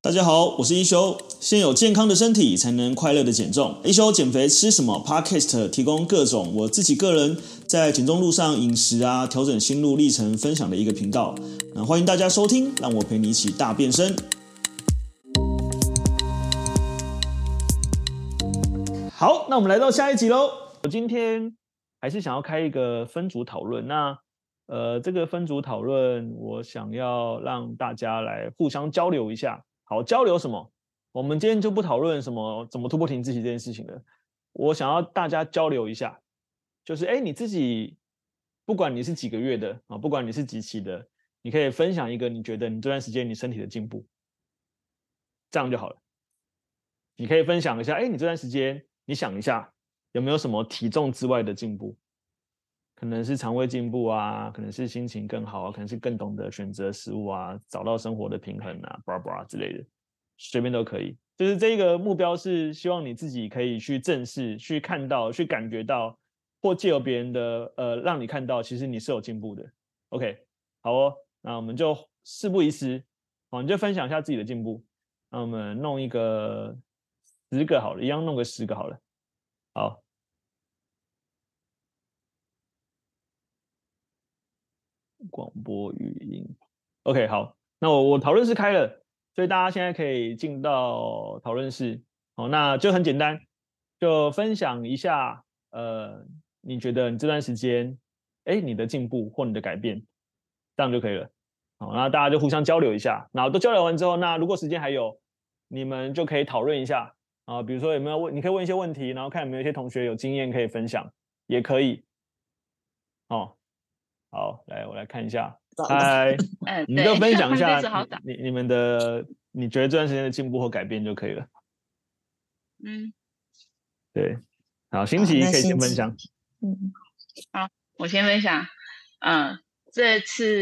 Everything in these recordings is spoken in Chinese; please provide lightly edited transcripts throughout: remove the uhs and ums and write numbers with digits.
大家好，我是一休。先有健康的身体，才能快乐的减重。一休减肥吃什么 Podcast 提供各种我自己个人在减重路上饮食啊、调整心路历程分享的一个频道。那欢迎大家收听，让我陪你一起大变身。好，那我们来到下一集喽。我今天还是想要开一个分组讨论。那这个分组讨论，我想要让大家来互相交流一下。好，交流什么？我们今天就不讨论什么怎么突破停滞期这件事情了。我想要大家交流一下，就是你自己，不管你是几个月的啊，不管你是几期的，你可以分享一个你觉得你这段时间你身体的进步，这样就好了。你可以分享一下，你这段时间你想一下有没有什么体重之外的进步？可能是肠胃进步啊，可能是心情更好啊，可能是更懂得选择食物啊，找到生活的平衡啊，blah 之类的，随便都可以。就是这个目标是希望你自己可以去正视、去看到、去感觉到，或借由别人的让你看到，其实你是有进步的。OK， 好哦，那我们就事不宜迟，好，你就分享一下自己的进步。那我们弄一个10个好了，一样弄个10个好了。好。广播语音 ，OK， 好，那我讨论室开了，所以大家现在可以进到讨论室。好，那就很简单，就分享一下，你觉得你这段时间，你的进步或你的改变，这样就可以了。好，那大家就互相交流一下，然后都交流完之后，那如果时间还有，你们就可以讨论一下啊，比如说有没有你可以问一些问题，然后看有没有一些同学有经验可以分享，也可以。哦。好，来，我来看一下。嗨，你们就分享一下你们的，你觉得这段时间的进步或改变就可以了。对，好，新奇可以先分享。 好，我先分享。这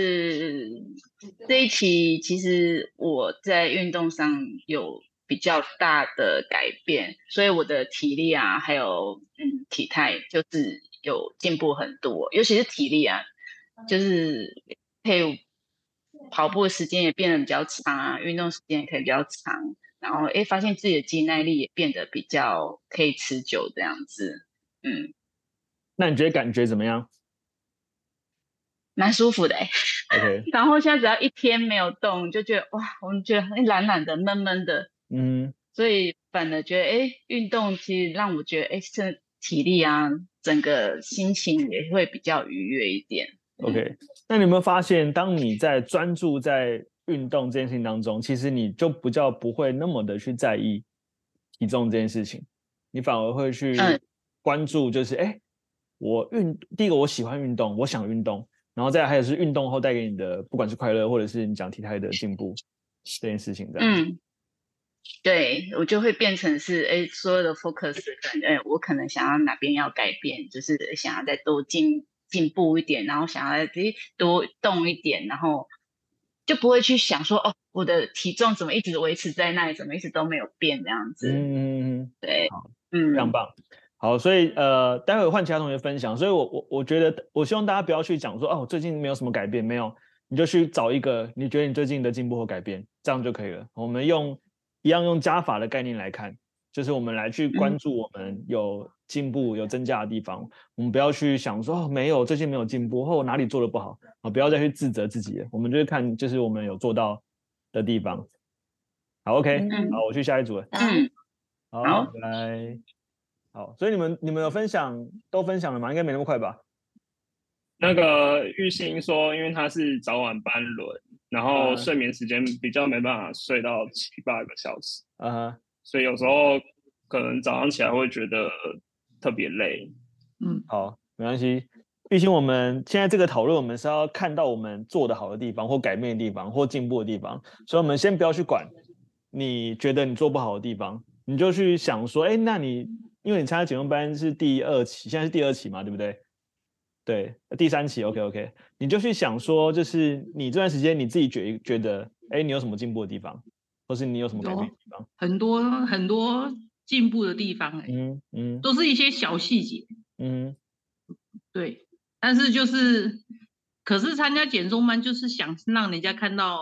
一期其实我在运动上有比较大的改变，所以我的体力啊，还有体态就是有进步很多，尤其是体力啊。就是可以跑步的时间也变得比较长啊，运动时间也可以比较长，然后发现自己的肌耐力也变得比较可以持久这样子。 那你觉得感觉怎么样？ 蛮舒服的 OK， 然后现在只要一天没有动，就觉得哇，我们觉得很懒懒的、闷闷的。所以反而觉得运动其实让我觉得这体力啊，整个心情也会比较愉悦一点。 OK， 那你有没有发现，当你在专注在运动这件事情当中，其实你就不会那么的去在意体重这件事情，你反而会去关注，就是第一个我喜欢运动，我想运动，然后再来还有是运动后带给你的，不管是快乐或者是你讲体态的进步这件事情这样。 对，我就会变成是所有的 focus 我可能想要哪边要改变，就是想要再多进步一点，然后想要再多动一点，然后就不会去想说我的体重怎么一直维持在那里，怎么一直都没有变这样子。对， 好，非常棒。好，所以待会换其他同学分享。所以我觉得，我希望大家不要去讲说我最近没有什么改变，没有，你就去找一个你觉得你最近的进步或改变，这样就可以了。我们一样用加法的概念来看，就是我们来去关注我们有进步、有增加的地方。我们不要去想说没有，最近没有进步，或我哪里做的不好不要再去自责自己了。我们就是看，就是我们有做到的地方。好 ，OK， 好，我去下一组了。好，来，好，所以你们有都分享了吗？应该没那么快吧？ 那个玉兴说，因为他是早晚班轮，然后睡眠时间比较没办法睡到7、8个小时，所以有时候可能早上起来会觉得特别累。 好，没关系。毕竟我们现在这个讨论，我们是要看到我们做得好的地方，或改变的地方，或进步的地方，所以我们先不要去管你觉得你做不好的地方，你就去想说，那你因为你参加减重班是第2期，现在是第2期嘛，对不对？对，第3期 ，OK， 你就去想说，就是你这段时间你自己觉得，你有什么进步的地方，或是你有什么改变的地方？ 很多进步的地方，都是一些小细节，对，但是可是参加减重班就是想让人家看到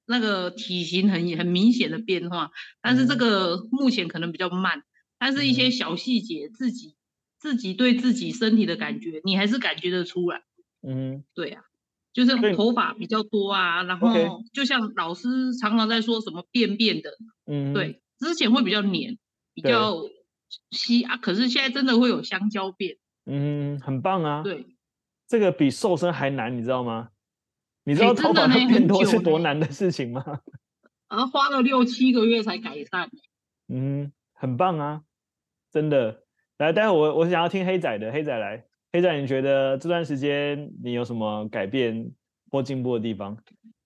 那个体型很明显的变化，但是这个目前可能比较慢，但是一些小细节自己对自己身体的感觉，你还是感觉得出来。对啊，就是头发比较多啊，然后就像老师常常在说什么便的，对，之前会比较黏，比较稀啊，可是现在真的会有香蕉便。 很棒啊。 对， 这个比瘦身还难，你知道吗？你知道头发要变多是多难的事情吗？ 花了6、7个月才改善。 很棒啊，真的。来，待会我想要听黑仔的，黑仔来。黑仔，你觉得这段时间你有什么改变或进步的地方？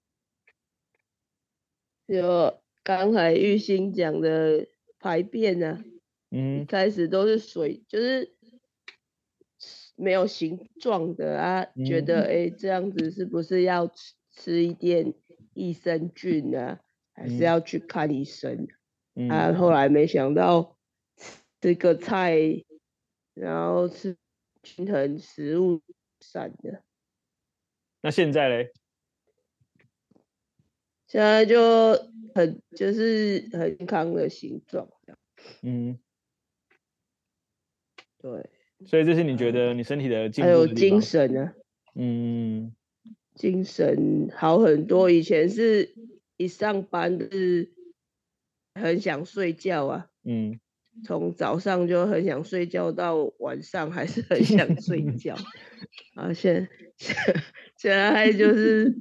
就刚才玉兴讲的排便啊，一开始都是水，就是没有形状的啊，觉得这样子是不是要吃一点益生菌啊，还是要去看医生？后来没想到吃个菜，然后吃均衡食物散的。 那现在嘞？ 现在就就是很健康的形状。对。 所以这是你觉得你身体的进步还有的地方？ 精神啊。精神好很多。以前是一上班是很想睡觉啊。从早上就很想睡觉到晚上还是很想睡觉。现在就是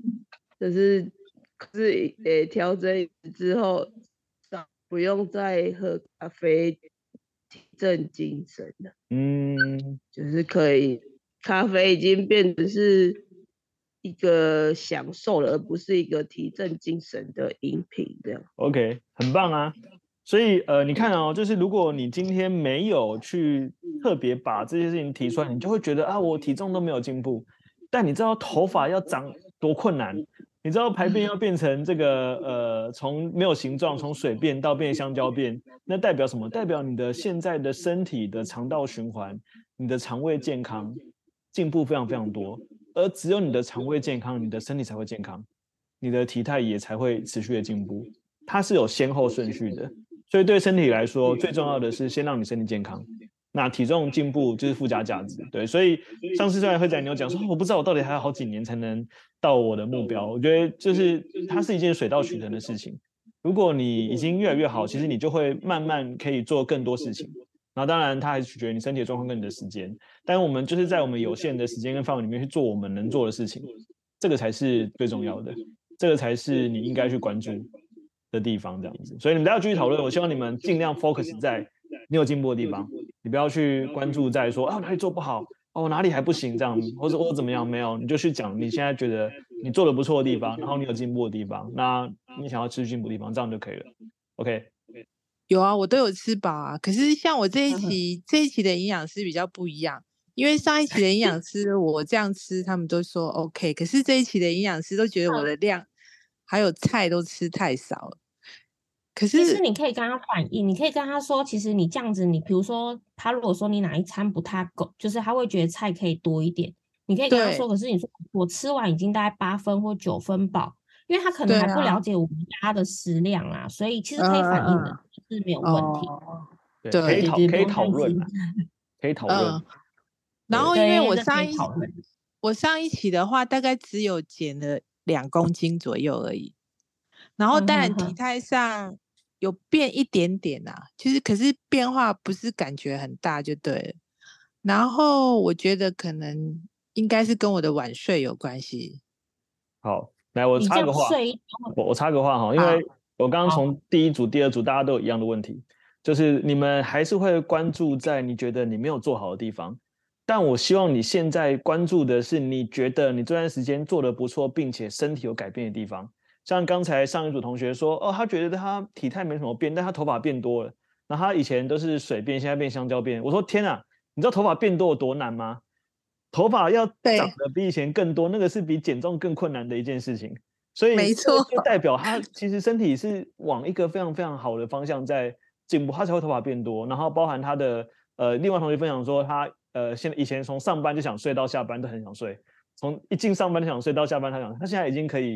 调整之后不用再喝咖啡提振精神了。就是可以，咖啡已经变成是一个享受了，而不是一个提振精神的饮品这样。 OK， 很棒啊。所以你看哦，就是如果你今天没有去特别把这些事情提出来，你就会觉得啊，我体重都没有进步。但你知道头发要长多困难？你知道排便要变成这个从没有形状，从水便到变香蕉便，那代表什么？代表你的现在的身体的肠道循环，你的肠胃健康进步非常非常多。而只有你的肠胃健康，你的身体才会健康，你的体态也才会持续的进步。它是有先后顺序的。所以对身体来说，最重要的是先让你身体健康，那体重进步就是附加价值。对，所以上次虽然会仔你有讲说，我不知道我到底还有好几年才能到我的目标。我觉得就是它是一件水到渠成的事情。如果你已经越来越好，其实你就会慢慢可以做更多事情。然后当然它还是取决于你身体的状况跟你的时间，但我们就是在我们有限的时间跟范围里面去做我们能做的事情，这个才是最重要的，这个才是你应该去关注的地方，这样子。所以你们大家继续讨论，我希望你们尽量 focus 在你有进步的地方，你不要去关注在说哪里做不好，哪里还不行这样，或者怎么样，没有，你就去讲你现在觉得你做的不错的地方，然后你有进步的地方，那你想要持续进步的地方，这样就可以了。OK。 有啊，我都有吃饱啊。可是像我这一期的营养师比较不一样，因为上一期的营养师我这样吃，他们都说 OK， 可是这一期的营养师都觉得我的量还有菜都吃太少了。可是其实你可以跟他反映，你可以跟他说，其实你这样子，你比如说他如果说你哪一餐不太够，就是他会觉得菜可以多一点，你可以跟他说，可是你说我吃完已经大概8分或9分饱，因为他可能还不了解我们家的食量啊，所以其实可以反映的，是没有问题。 对，可以讨论，可以讨论。 然后因为我上一期的话，大概只有减了2公斤左右而已，然后当然体态上有变一点点啊，就是可是变化不是感觉很大就对了。然后我觉得可能应该是跟我的晚睡有关系。 好，来我插个话，我插个话哈，因为我刚刚从第一组、第二组大家都有一样的问题，就是你们还是会关注在你觉得你没有做好的地方，但我希望你现在关注的是你觉得你这段时间做得不错，并且身体有改变的地方。像刚才上一组同学说，他觉得他体态没什么变，但他头发变多了。那他以前都是水变，现在变香蕉变。我说天啊，你知道头发变多有多难吗？头发要长得比以前更多，那个是比减重更困难的一件事情。所以没错， 就代表他其实身体是往一个非常非常好的方向在进步，他才会头发变多。然后包含他的另外同学分享说，他以前从上班就想睡到下班都很想睡，从一进上班就想睡到下班他现在已经可以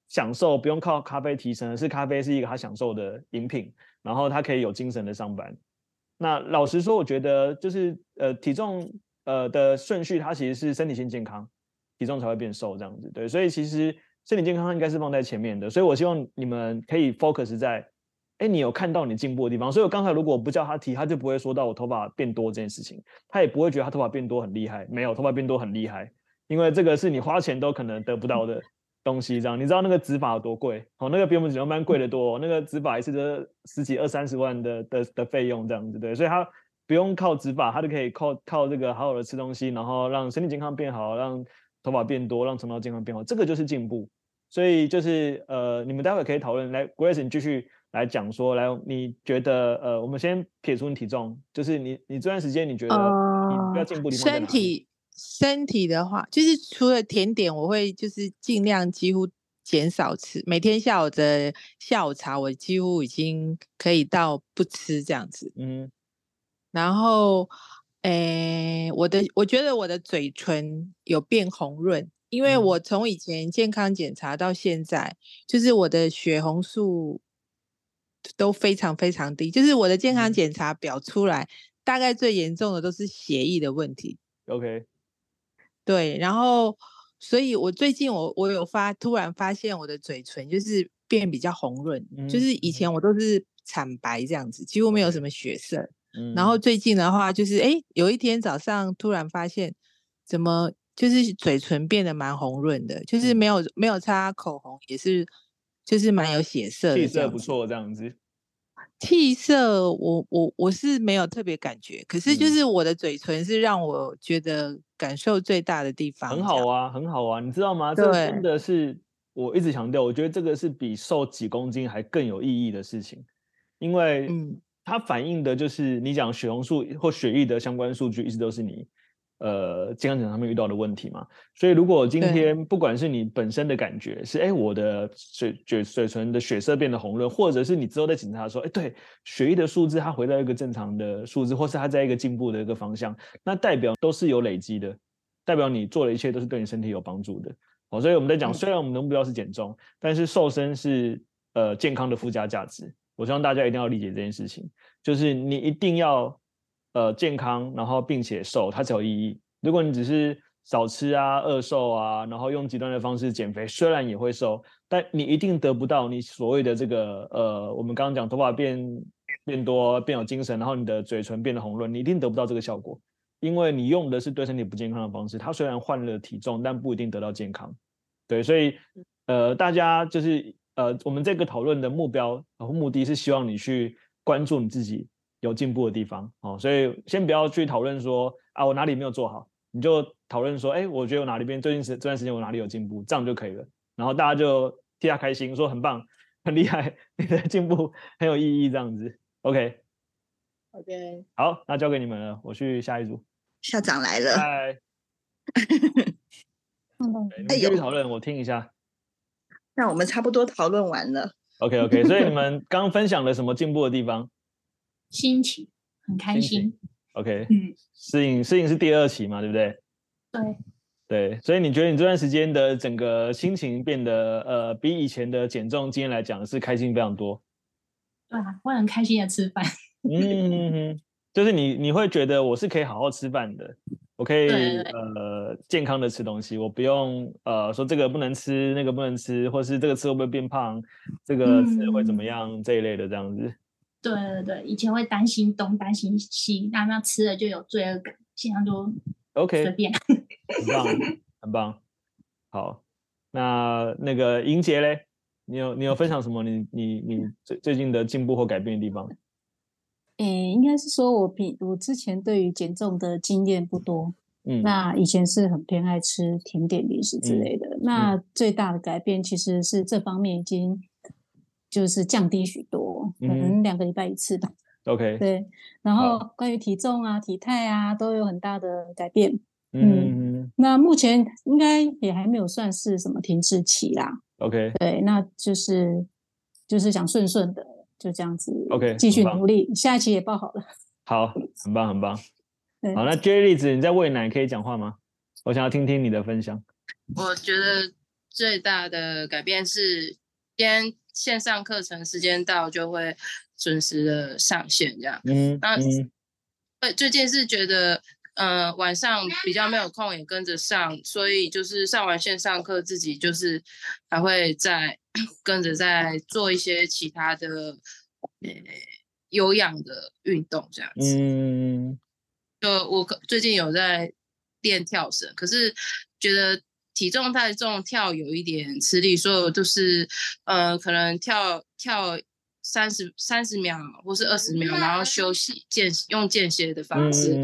享受不用靠咖啡提神，是咖啡是一个他享受的饮品，然后他可以有精神的上班。那老实说，我觉得就是体重的顺序，它其实是身体先健康，体重才会变瘦这样子。对，所以其实身体健康应该是放在前面的。所以我希望你们可以 focus 在，你有看到你进步的地方。所以我刚才如果不叫他提，他就不会说到我头发变多这件事情，他也不会觉得他头发变多很厉害。没有，头发变多很厉害，因为这个是你花钱都可能得不到的东西。这样，你知道那个植发有多贵？那个比我们整容班贵得多，那个植发一次就十几20-30万的费用这样子。对，所以他不用靠植发，他就可以靠这个好好的吃东西，然后让身体健康变好，让头发变多，让肠道健康变好，这个就是进步。所以就是你们待会可以讨论。来 Grace 你继续来讲说，来你觉得我们先撇除你体重，就是你这段时间你觉得你比较进步的地方在哪里？ 身体的话，就是除了甜点，我会就是尽量几乎减少吃。每天下午的下午茶，我几乎已经可以到不吃这样子。然后，我觉得我的嘴唇有变红润，因为我从以前健康检查到现在，就是我的血红素都非常非常低，就是我的健康检查表出来，大概最严重的都是血液的问题。 OK。 对，然后所以我最近我有突然发现我的嘴唇就是变比较红润，就是以前我都是惨白这样子，几乎没有什么血色。然后最近的话就是有一天早上突然发现怎么就是嘴唇变得蛮红润的，就是没有擦口红也是就是蛮有血色的， 气色不错这样子。 气色我是没有特别感觉，可是就是我的嘴唇是让我觉得感受最大的地方。 很好啊，很好啊，你知道吗？这真的是我一直强调，我觉得这个是比瘦几公斤还更有意义的事情，因为它反映的就是你讲血红素或血液的相关数据，一直都是你健康检查上面遇到的问题嘛。所以如果今天不管是你本身的感觉是我的嘴唇的血色变得红润，或者是你之后在检查说对血液的数字它回到一个正常的数字，或是它在一个进步的一个方向，那代表都是有累积的，代表你做的一切都是对你身体有帮助的。所以我们在讲虽然我们的目标是减重，但是瘦身是健康的附加价值。我希望大家一定要理解这件事情，就是你一定要健康，然后并且瘦，它才有意义。如果你只是少吃啊、饿瘦啊，然后用极端的方式减肥，虽然也会瘦，但你一定得不到你所谓的这个我们刚刚讲头发变多、变有精神，然后你的嘴唇变得红润，你一定得不到这个效果，因为你用的是对身体不健康的方式。它虽然换了体重，但不一定得到健康。对，所以大家就是我们这个讨论的目标和目的是希望你去关注你自己有进步的地方。所以先不要去讨论说我哪里没有做好，你就讨论说我觉得我哪里边最近这段时间我哪里有进步，这样就可以了。然后大家就替他开心，说很棒很厉害，你的进步很有意义这样子。 OK 好，那交给你们了，我去下一组。 校长来了。 嗨你们继续讨论，我听一下。 那我们差不多讨论完了。 OK， 所以你们刚分享了什么进步的地方？ 心情很开心。 OK， 适应是第2期嘛，对不对？对，所以你觉得你这段时间的整个心情变得比以前的减重经验来讲是开心非常多？ 对啊，我很开心的吃饭。 就是你会觉得我是可以好好吃饭的，我可以健康的吃东西，我不用说这个不能吃那个不能吃，或是这个吃会不会变胖，这个吃会怎么样，这一类的这样子。 对，以前会担心东担心西，那吃了就有罪恶感，现在都 OK 随便。 很棒。好，那个莹洁嘞，你有分享什么你最近的进步或改变的地方？ 应该是说我之前对于减重的经验不多，那以前是很偏爱吃甜点零食之类的，那最大的改变其实是这方面已经就是降低许多，可能2个礼拜1次吧。 OK， 对，然后关于体重啊、体态啊都有很大的改变。那目前应该也还没有算是什么停滞期啦。 OK， 对，那就是想顺的。就这样子 ，OK， 继续努力，下一期也报好了。 好，很棒。好，那 J 栗子你在喂奶可以讲话吗？我想要听听你的分享。 我觉得最大的改变是，今天线上课程时间到就会准时的上线这样。最近是觉得晚上比较没有空也跟着上，所以就是上完线上课自己就是还会再跟着再做一些其他的有氧的运动这样子。就我最近有在练跳绳，可是觉得体重太重，跳有一点吃力，所以我就是可能跳30秒或是20秒，然后休息，用间歇的方式。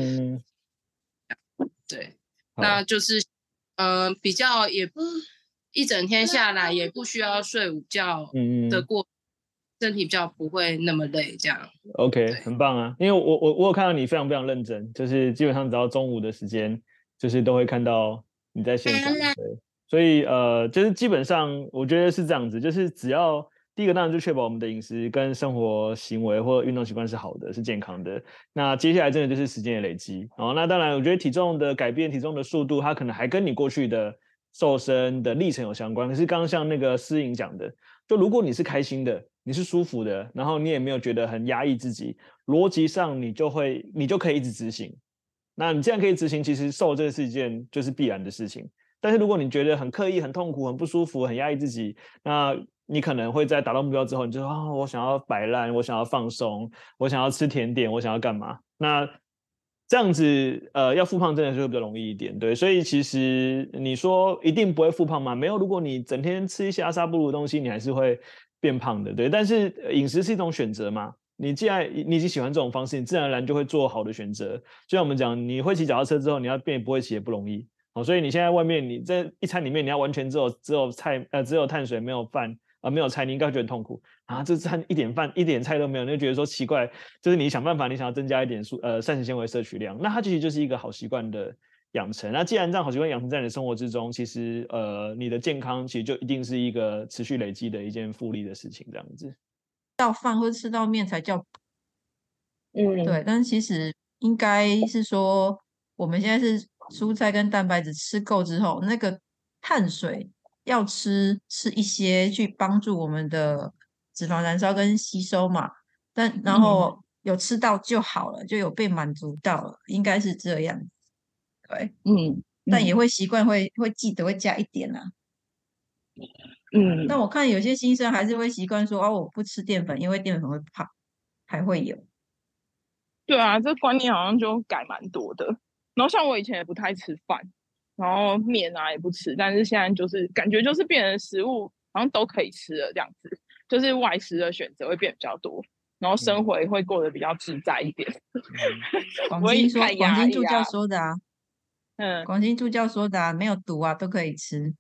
对，那就是比较也一整天下来也不需要睡午觉的过。身体比较不会那么累，这样。 OK， 很棒啊！因为我有看到你非常非常认真，就是基本上只要中午的时间，就是都会看到你在线上。对，所以就是基本上我觉得是这样子，就是只要第一个当然就确保我们的饮食跟生活行为或运动习惯是好的，是健康的。那接下来真的就是时间的累积。那当然我觉得体重的改变、体重的速度，它可能还跟你过去的瘦身的历程有相关。可是刚刚像那个思颖讲的，就如果你是开心的。你是舒服的，然后你也没有觉得很压抑自己，逻辑上你就可以一直执行。那你这样可以执行，其实瘦这是一件就是必然的事情。但是如果你觉得很刻意、很痛苦、很不舒服、很压抑自己，那你可能会在达到目标之后，你就说我想要摆烂，我想要放松，我想要吃甜点，我想要干嘛？那这样子要复胖真的就会比较容易一点，对。所以其实你说一定不会复胖吗？没有，如果你整天吃一些阿萨布鲁的东西，你还是会变胖的，对。但是饮食是一种选择嘛，你既然你已经喜欢这种方式，你自然而然就会做好的选择。就像我们讲，你会骑脚踏车之后，你要变不会骑也不容易。所以你现在外面你在一餐里面你要完全只有碳水没有饭没有菜，你应该会觉得很痛苦啊！这餐一点饭一点菜都没有，你就觉得说奇怪。就是你想办法，你想要增加一点膳食纤维摄取量，那它其实就是一个好习惯的养成。那既然这样好习惯养成在你的生活之中，其实你的健康其实就一定是一个持续累积的一件复利的事情，这样子。 到饭或吃到面才叫对。但是其实应该是说，我们现在是蔬菜跟蛋白质吃够之后，那个碳水要吃一些去帮助我们的脂肪燃烧跟吸收嘛。然后有吃到就好了，就有被满足到了，应该是这样。对，但也会习惯会记得会加一点啊。但我看有些新生还是会习惯说我不吃淀粉，因为淀粉会胖，还会有。 对啊，这观念好像就改蛮多的。然后像我以前也不太吃饭，然后面啊也不吃，但是现在就是感觉就是变成食物好像都可以吃了这样子，就是外食的选择会变比较多，然后生活也会过得比较自在一点。 广金助教说的啊，广金助教说的啊，没有毒啊，都可以吃。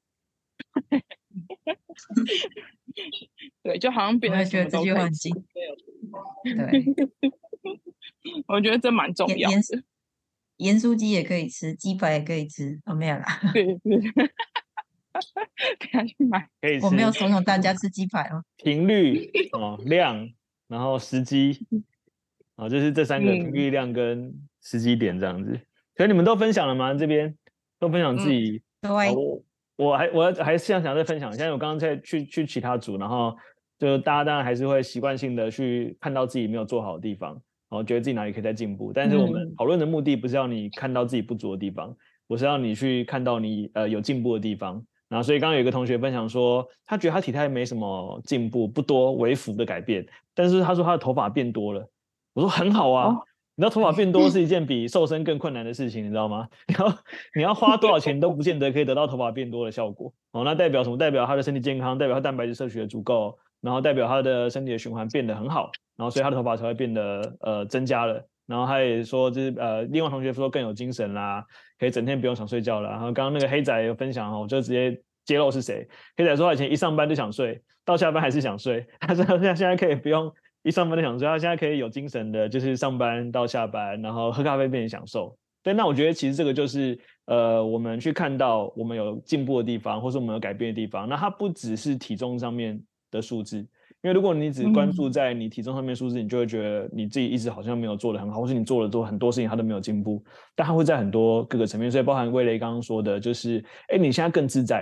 对，就好像变成什么都可以吃。 对， 我觉得这蛮重要的。 盐酥鸡也可以吃，鸡排也可以吃，没有啦。 对，等下去买可以吃。 我没有怂恿大家吃鸡排哦。 频率量，然后时机就是这3个频率、量跟时机点这样子。所以你们都分享了吗？这边都分享自己。我还是想再分享一下，我刚刚在去其他组，然后就大家当然还是会习惯性的去看到自己没有做好的地方，觉得自己哪里可以再进步。但是我们讨论的目的不是要你看到自己不足的地方，我是要你去看到你有进步的地方。然后所以刚刚有一个同学分享说，他觉得他体态没什么进步，不多，微幅的改变，但是他说他的头发变多了。我说很好啊。你知道头发变多是一件比瘦身更困难的事情，你知道吗？你要花多少钱都不见得可以得到头发变多的效果。那代表什么？代表他的身体健康，代表他蛋白质摄取的足够，然后代表他的身体的循环变得很好，然后所以他的头发才会变得增加了。然后他也说，就是另外同学说更有精神啦，可以整天不用想睡觉了。然后刚刚那个黑仔有分享我就直接揭露是谁。黑仔说他以前一上班就想睡，到下班还是想睡，他说现在可以不用。一上班就想睡，他现在可以有精神的，就是上班到下班，然后喝咖啡变成享受。对，那我觉得其实这个就是我们去看到我们有进步的地方，或是我们有改变的地方。那它不只是体重上面的数字，因为如果你只关注在你体重上面数字，你就会觉得你自己一直好像没有做得很好，或是你做了很多事情它都没有进步。但它会在很多各个层面，所以包含魏雷刚刚说的，就是你现在更自在了。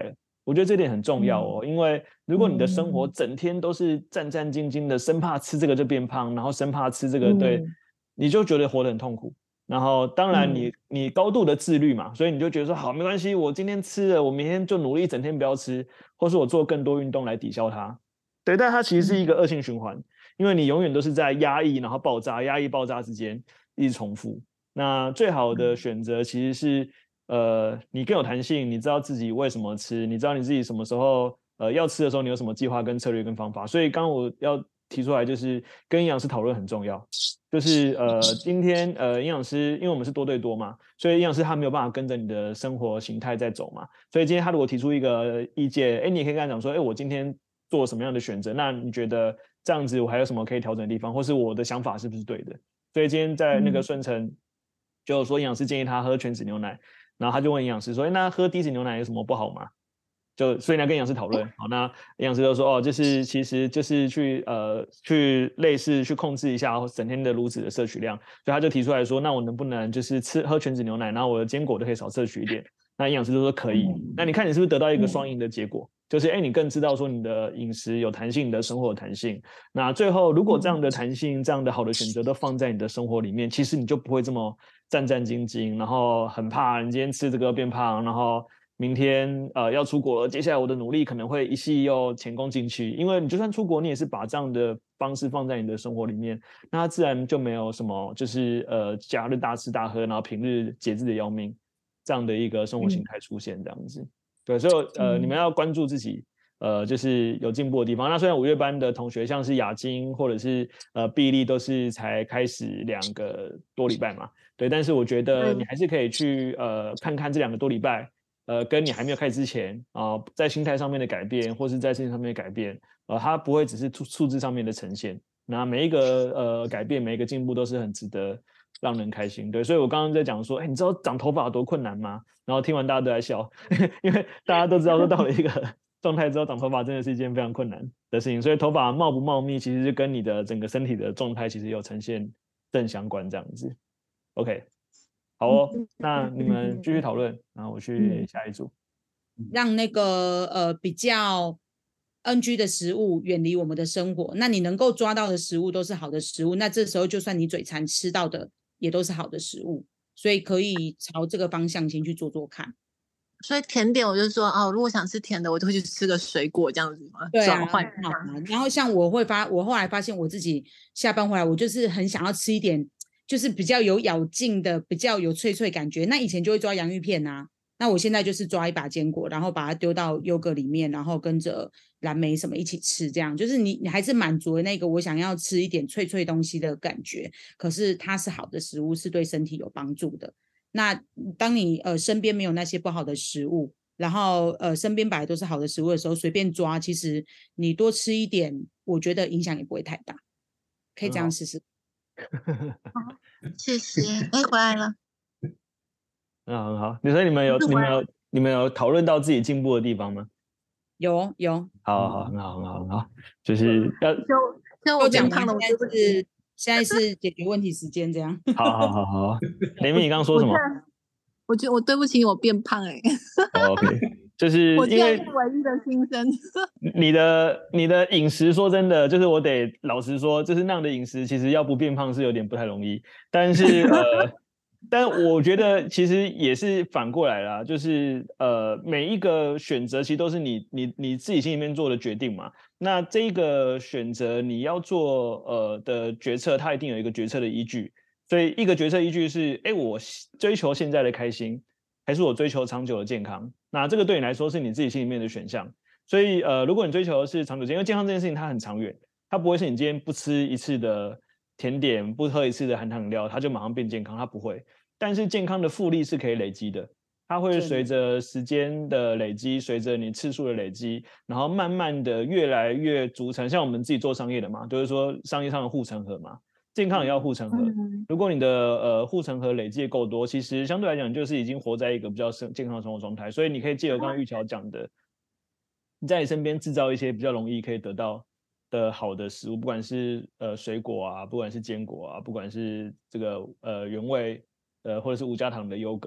我觉得这点很重要哦，因为如果你的生活整天都是战战兢兢的，生怕吃这个就变胖，然后生怕吃这个，对，你就觉得活得很痛苦。然后当然你高度的自律嘛，所以你就觉得说好没关系，我今天吃了，我明天就努力整天不要吃，或是我做更多运动来抵消它。对，但它其实是一个恶性循环，因为你永远都是在压抑然后爆炸，压抑爆炸之间一直重复。那最好的选择其实是你更有弹性，你知道自己为什么吃，你知道你自己什么时候要吃的时候，你有什么计划跟策略跟方法。所以刚刚我要提出来，就是跟营养师讨论很重要。就是今天营养师，因为我们是多对多嘛，所以营养师他没有办法跟着你的生活形态在走嘛。所以今天他如果提出一个意见，你也可以跟他讲说，我今天做什么样的选择？那你觉得这样子我还有什么可以调整的地方，或是我的想法是不是对的？所以今天在那个顺成就说营养师建议他喝全脂牛奶。然后他就问营养师说：“那喝低脂牛奶有什么不好吗？”所以呢跟营养师讨论，好，那营养师就说：“就是其实就是去类似去控制一下整天的乳脂的摄取量。”所以他就提出来说：“那我能不能就是喝全脂牛奶，然后我的坚果都可以少摄取一点？”那营养师就说可以。那你看你是不是得到一个双赢的结果？就是你更知道说你的饮食有弹性，你的生活有弹性。那最后如果这样的弹性，这样的好的选择都放在你的生活里面，其实你就不会这么战战兢兢，然后很怕你今天吃这个变胖，然后明天要出国了，接下来我的努力可能会一夕又前功尽弃。因为你就算出国，你也是把这样的方式放在你的生活里面，那它自然就没有什么就是假日大吃大喝，然后平日节制的要命这样的一个生活形态出现这样子。对，所以你们要关注自己就是有进步的地方。那虽然5月班的同学像是雅晶或者是毕利都是才开始2个多礼拜嘛，对，但是我觉得你还是可以去看看这2个多礼拜跟你还没有开始之前在心态上面的改变，或是在事情上面的改变它不会只是数字上面的呈现。那每一个改变，每一个进步都是很值得让人开心。对，所以我刚刚在讲说你知道长头发有多困难吗？然后听完大家都在笑因为大家都知道说到了一个状态之后，长头发真的是一件非常困难的事情。所以头发茂不茂密其实是跟你的整个身体的状态其实有呈现正相关这样子。 OK， 好哦，那你们继续讨论，然后我去下一组。 让那个比较 NG 的食物远离我们的生活，那你能够抓到的食物都是好的食物，那这时候就算你嘴馋吃到的也都是好的食物，所以可以朝这个方向先去做做看。 所以甜点我就说如果想吃甜的，我就会去吃个水果这样子嘛， 对啊，然后像我后来发现我自己下班回来，我就是很想要吃一点就是比较有咬劲的，比较有脆脆感觉。那以前就会抓洋芋片啊，那我现在就是抓一把坚果，然后把它丢到优格里面，然后跟着蓝莓什么一起吃，这样就是你还是满足了那个我想要吃一点脆脆东西的感觉，可是它是好的食物，是对身体有帮助的。那当你身边没有那些不好的食物，然后身边本来都是好的食物的时候，随便抓，其实你多吃一点，我觉得影响也不会太大，可以这样试试。 谢谢。回来了。 很好。所以你们有讨论到自己进步的地方吗？ 有。 好，很好，就是要就我讲胖的， 现在是解决问题时间这样。 好。雷米，你刚刚说什么？ 我觉得我对不起我变胖 OK， 就是我现在是唯一的新生。 你的饮食，说真的，就是我得老实说，就是那样的饮食，其实要不变胖是有点不太容易。但是但我觉得其实也是反过来啦，就是每一个选择其实都是你自己心里面做的决定嘛。那这个选择你要做的决策，它一定有一个决策的依据。所以一个决策依据是，我追求现在的开心，还是我追求长久的健康？那这个对你来说是你自己心里面的选项。所以如果你追求的是长久健康，因为健康这件事情它很长远，它不会是你今天不吃一次的甜点，不喝一次的含糖饮料，它就马上变健康，它不会。但是健康的复利是可以累积的，它会随着时间的累积，随着你次数的累积，然后慢慢的越来越逐层。像我们自己做商业的嘛，就是说商业上的护城河嘛，健康也要护城河。如果你的护城河累积够多，其实相对来讲就是已经活在一个比较健康的生活状态。所以你可以借由刚刚玉桥讲的，你在你身边制造一些比较容易可以得到的好的食物，不管是水果啊，不管是坚果啊，不管是这个原味或者是无加糖的优格，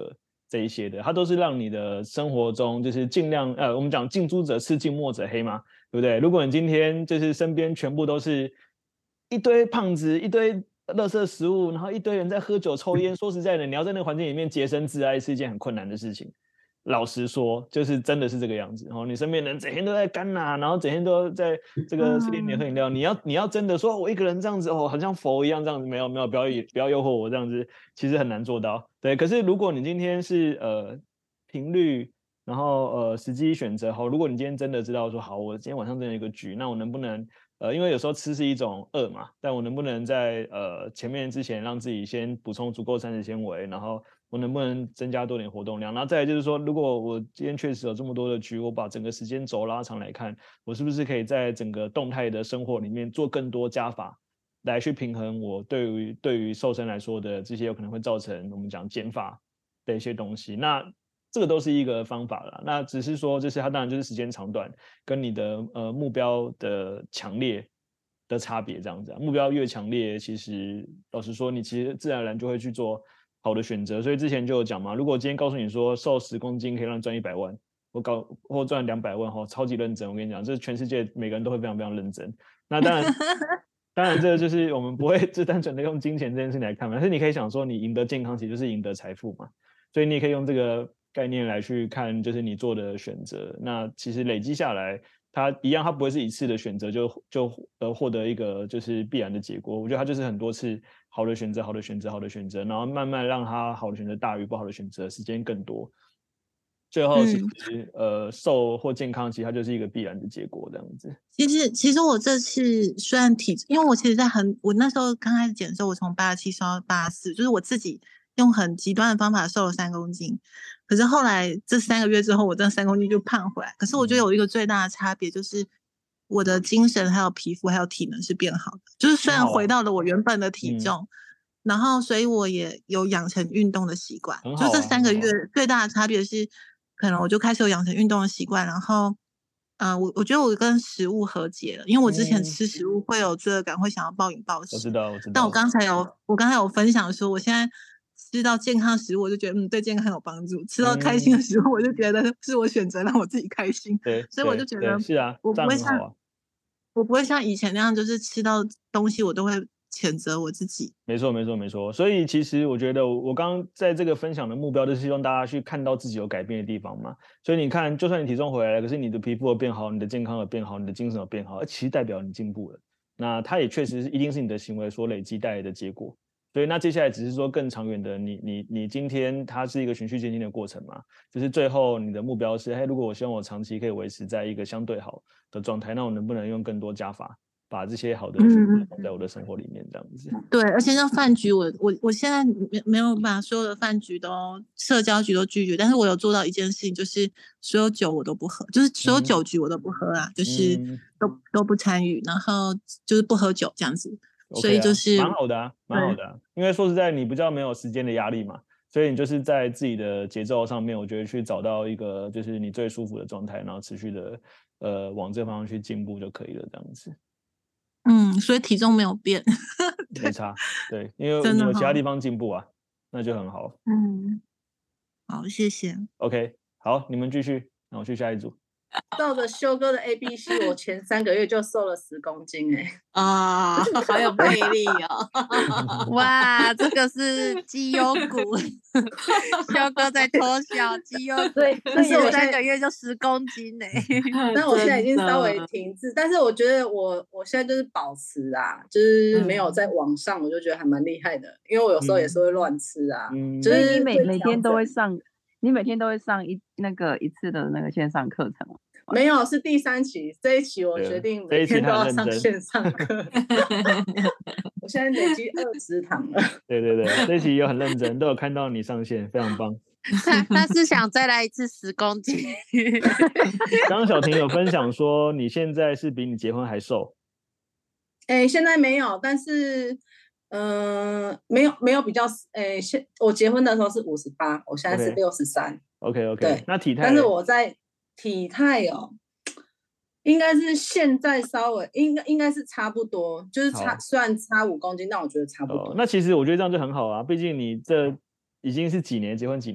这一些的，它都是让你的生活中就是尽量我们讲近朱者赤，近墨者黑嘛，对不对？如果你今天就是身边全部都是一堆胖子，一堆垃圾食物，然后一堆人在喝酒抽烟，说实在的，你要在那个环境里面洁身自爱是一件很困难的事情。老实说，就是真的是这个样子。然后你身边人整天都在干呐，然后整天都在这个吃点点喝饮料。你要真的说我一个人这样子好像佛一样这样子，没有，不要诱惑我这样子，其实很难做到。对，可是如果你今天是频率，然后时机选择好，如果你今天真的知道说好，我今天晚上真的有一个局，那我能不能因为有时候吃是一种饿嘛，但我能不能在前面之前让自己先补充足够膳食纤维，然后我能不能增加多点活动量？然后再来就是说，如果我今天确实有这么多的局，我把整个时间轴拉长来看，我是不是可以在整个动态的生活里面做更多加法，来去平衡我对于瘦身来说的这些有可能会造成我们讲减法的一些东西。那这个都是一个方法啦，那只是说就是它当然就是时间长短跟你的目标的强烈的差别这样子啊。目标越强烈，其实老实说，你其实自然而然就会去做好的选择。所以之前就有讲嘛，如果今天告诉你说瘦10公斤可以让你赚100万，或赚200万超级认真，我跟你讲，这全世界每个人都会非常非常认真。那当然当然这个就是我们不会就单纯的用金钱这件事情来看嘛，但是你可以想说，你赢得健康其实就是赢得财富嘛，所以你也可以用这个概念来去看，就是你做的选择。那其实累积下来，它不会是一次的选择就获得一个就是必然的结果。我觉得它就是很多次好的选择，然后慢慢让它好的选择大于不好的选择，时间更多，最后其实瘦或健康，其实它就是一个必然的结果这样子。 其实我这次虽然因为我其实我那时候刚开始减的时候，我从87瘦到84，就是我自己用很极端的方法瘦了3公斤。可是后来这3个月之后，我这3公斤就胖回来。可是我觉得有一个最大的差别，就是我的精神还有皮肤还有体能是变好的，就是虽然回到了我原本的体重，然后所以我也有养成运动的习惯。就这3个月最大的差别是，可能我就开始有养成运动的习惯，然后我觉得我跟食物和解了，因为我之前吃食物会有罪恶感，会想要暴饮暴食。 我知道。 但我刚才有分享说，我现在吃到健康食物，我就觉得对健康很有帮助；吃到开心的食物，我就觉得是我选择让我自己开心。 对， 所以我就觉得是啊， 我不会像以前那样，就是吃到东西我都会谴责我自己。 没错。所以其实我觉得我刚刚在这个分享的目标，就是希望大家去看到自己有改变的地方嘛。所以你看，就算你体重回来了，可是你的皮肤有变好，你的健康有变好，你的精神有变好，其实代表你进步了。那它也确实一定是你的行为所累积带来的结果。所以那接下来只是说更长远的，你今天它是一个循序渐进的过程嘛，就是最后你的目标是，如果我希望我长期可以维持在一个相对好的状态，那我能不能用更多加法把这些好的放在我的生活里面这样子。 对，而且像饭局，我现在没有把所有的饭局社交局都拒绝，但是我有做到一件事情，就是所有酒我都不喝，就是所有酒局我都不喝啊，就是都不参与，然后就是不喝酒这样子。所以就是蛮好的啊，因为说实在，你比较没有时间的压力嘛，所以你就是在自己的节奏上面，我觉得去找到一个就是你最舒服的状态，然后持续的往这方向去进步就可以了，这样子。 所以体重没有变， 没差，对，因为你有其他地方进步啊，那就很好。 好，谢谢。 OK， 好，你们继续，那我去下一组。 照着修哥的 ABC， 我前3个月就瘦了10公斤好有魅力哦！哇，这个是绩优股，修哥在偷笑，绩优股，但是我3个月就10公斤那我现在已经稍微停滞，但是我觉得我现在就是保持啊，就是没有在往上，我就觉得还蛮厉害的，因为我有时候也是会乱吃啊， 就是你每天都会上。你每天都会上一次的那个线上课程吗？ 没有，是第3期，这一期我决定每天都要上线上课。我现在累积20堂了。 对，这一期又很认真，都有看到你上线，非常棒。 他是想再来一次10公斤。 刚刚小婷有分享说，你现在是比你结婚还瘦。 现在没有，但是。没有比较，我结婚的时候是58，我现在是63。 OK， 对， 那体态， 但是我在体态应该是现在稍微应该是差不多，就是虽然差5公斤，但我觉得差不多。 那其实我觉得这样就很好啊，毕竟你这已经是几年，结婚几年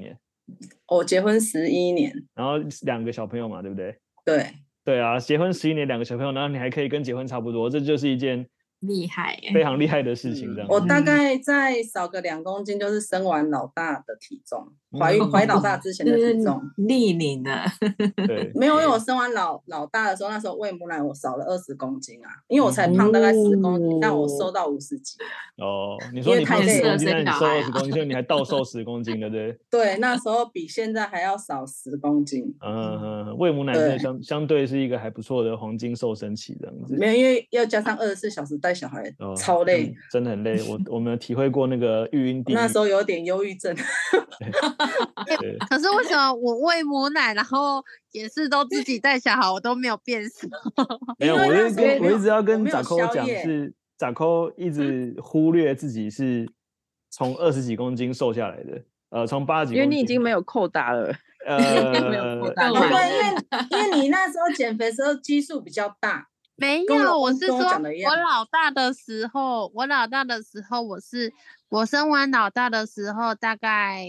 我结婚11年， 然后2个小朋友嘛，对不对？ 对啊，结婚11年2个小朋友，然后你还可以跟结婚差不多，这就是一件厉害， 非常厉害的事情。这样， 我大概再少个2公斤，就是生完老大的体重，怀老大之前的体重， 逆龄的。 对， 没有，因为我生完老大的时候，那时候喂母奶，我少了20公斤啊，因为我才胖大概10公斤，但我瘦到50几。 你说你胖10公斤，但你瘦20公斤，所以你还倒瘦10公斤，对不对？ 对，那时候比现在还要少10公斤。 喂母奶相对是一个还不错的黄金瘦身期，这样子。 没有，因为要加上24小时带小孩，超累， 真的很累。我们有体会过那个育婴地狱， 那时候有点忧郁症。 可是为什么我喂母奶，然后也是都自己带小孩，我都没有变瘦？ 没有，我一直要跟扎扣讲，是扎扣一直忽略自己是从20几公斤瘦下来的，从80几公斤， 因为你已经没有扣打了。 没有扣打，因为你那时候减肥的时候基数比较大。 没有，我是说我老大的时候，我生完老大的时候大概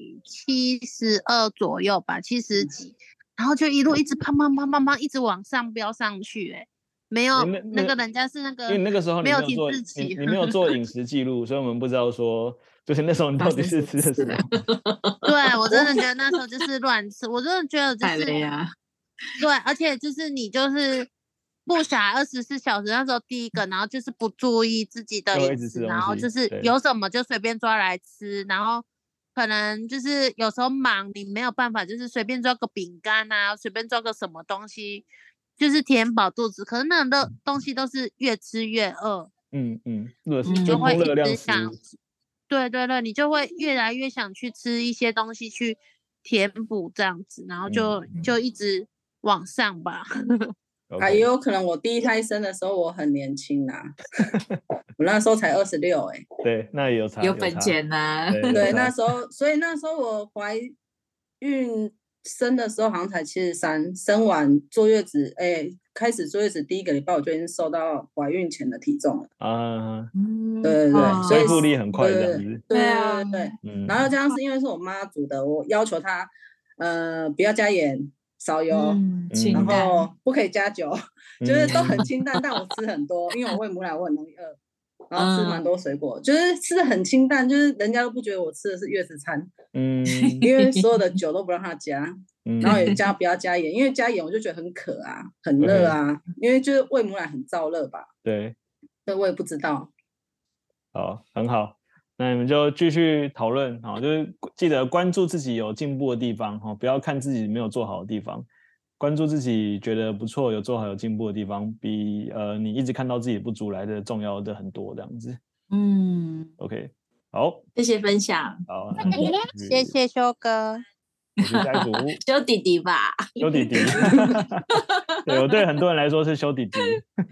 72左右吧，70几，然后就一路一直胖，一直往上飙上去，没有那个人家是那个， 因为那个时候没有停滞期， 你没有做饮食记录，所以我们不知道说，就是那时候你到底是吃的什么。 对，我真的觉得那时候就是乱吃，我真的觉得就是对，而且就是你就是不暇24小时，那时候第一个，然后就是不注意自己的饮食，然后就是有什么就随便抓来吃，然后可能就是有时候忙，你没有办法，就是随便抓个饼干啊，随便抓个什么东西，就是填饱肚子。可是那种东西都是越吃越饿， 你就会一直想，对，你就会越来越想去吃一些东西去填补这样子，然后就一直往上吧。 也有可能我第一胎生的时候我很年轻啊，我那时候才26 对，那也有差， 有本钱呐。 对，那时候，所以那时候我怀孕生的时候好像才73，生完坐月子，开始坐月子第1个礼拜我就已经瘦到怀孕前的体重了对，所以恢复力很快这样子。 对，然后这样是因为是我妈煮的，我要求她不要加盐。少油，然后不可以加酒，就是都很清淡，但我吃很多，因为我喂母奶我很容易饿，然后吃蛮多水果，就是吃的很清淡，就是人家都不觉得我吃的是月子餐，因为所有的酒都不让他加，然后也不要加盐，因为加盐我就觉得很渴啊，很热啊，因为就是喂母奶很燥热吧， 对， 所以我也不知道。 好，很好。那你们就继续讨论，就是记得关注自己有进步的地方，不要看自己没有做好的地方，关注自己觉得不错、有做好、有进步的地方，比你一直看到自己的不足来的重要的很多，这样子。OK， 好， 谢谢分享。 好， 谢谢修哥。 我是下一组， 修弟弟吧， 修弟弟。对，我对很多人来说是修弟弟。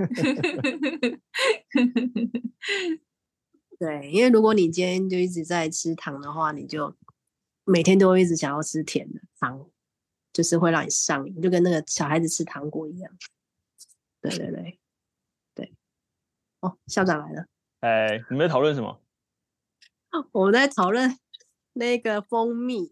对，因为如果你今天就一直在吃糖的话，你就每天都会一直想要吃甜的糖，就是会让你上瘾，就跟那个小孩子吃糖果一样。对。哦，校长来了。 你们在讨论什么？ 我们在讨论那个蜂蜜。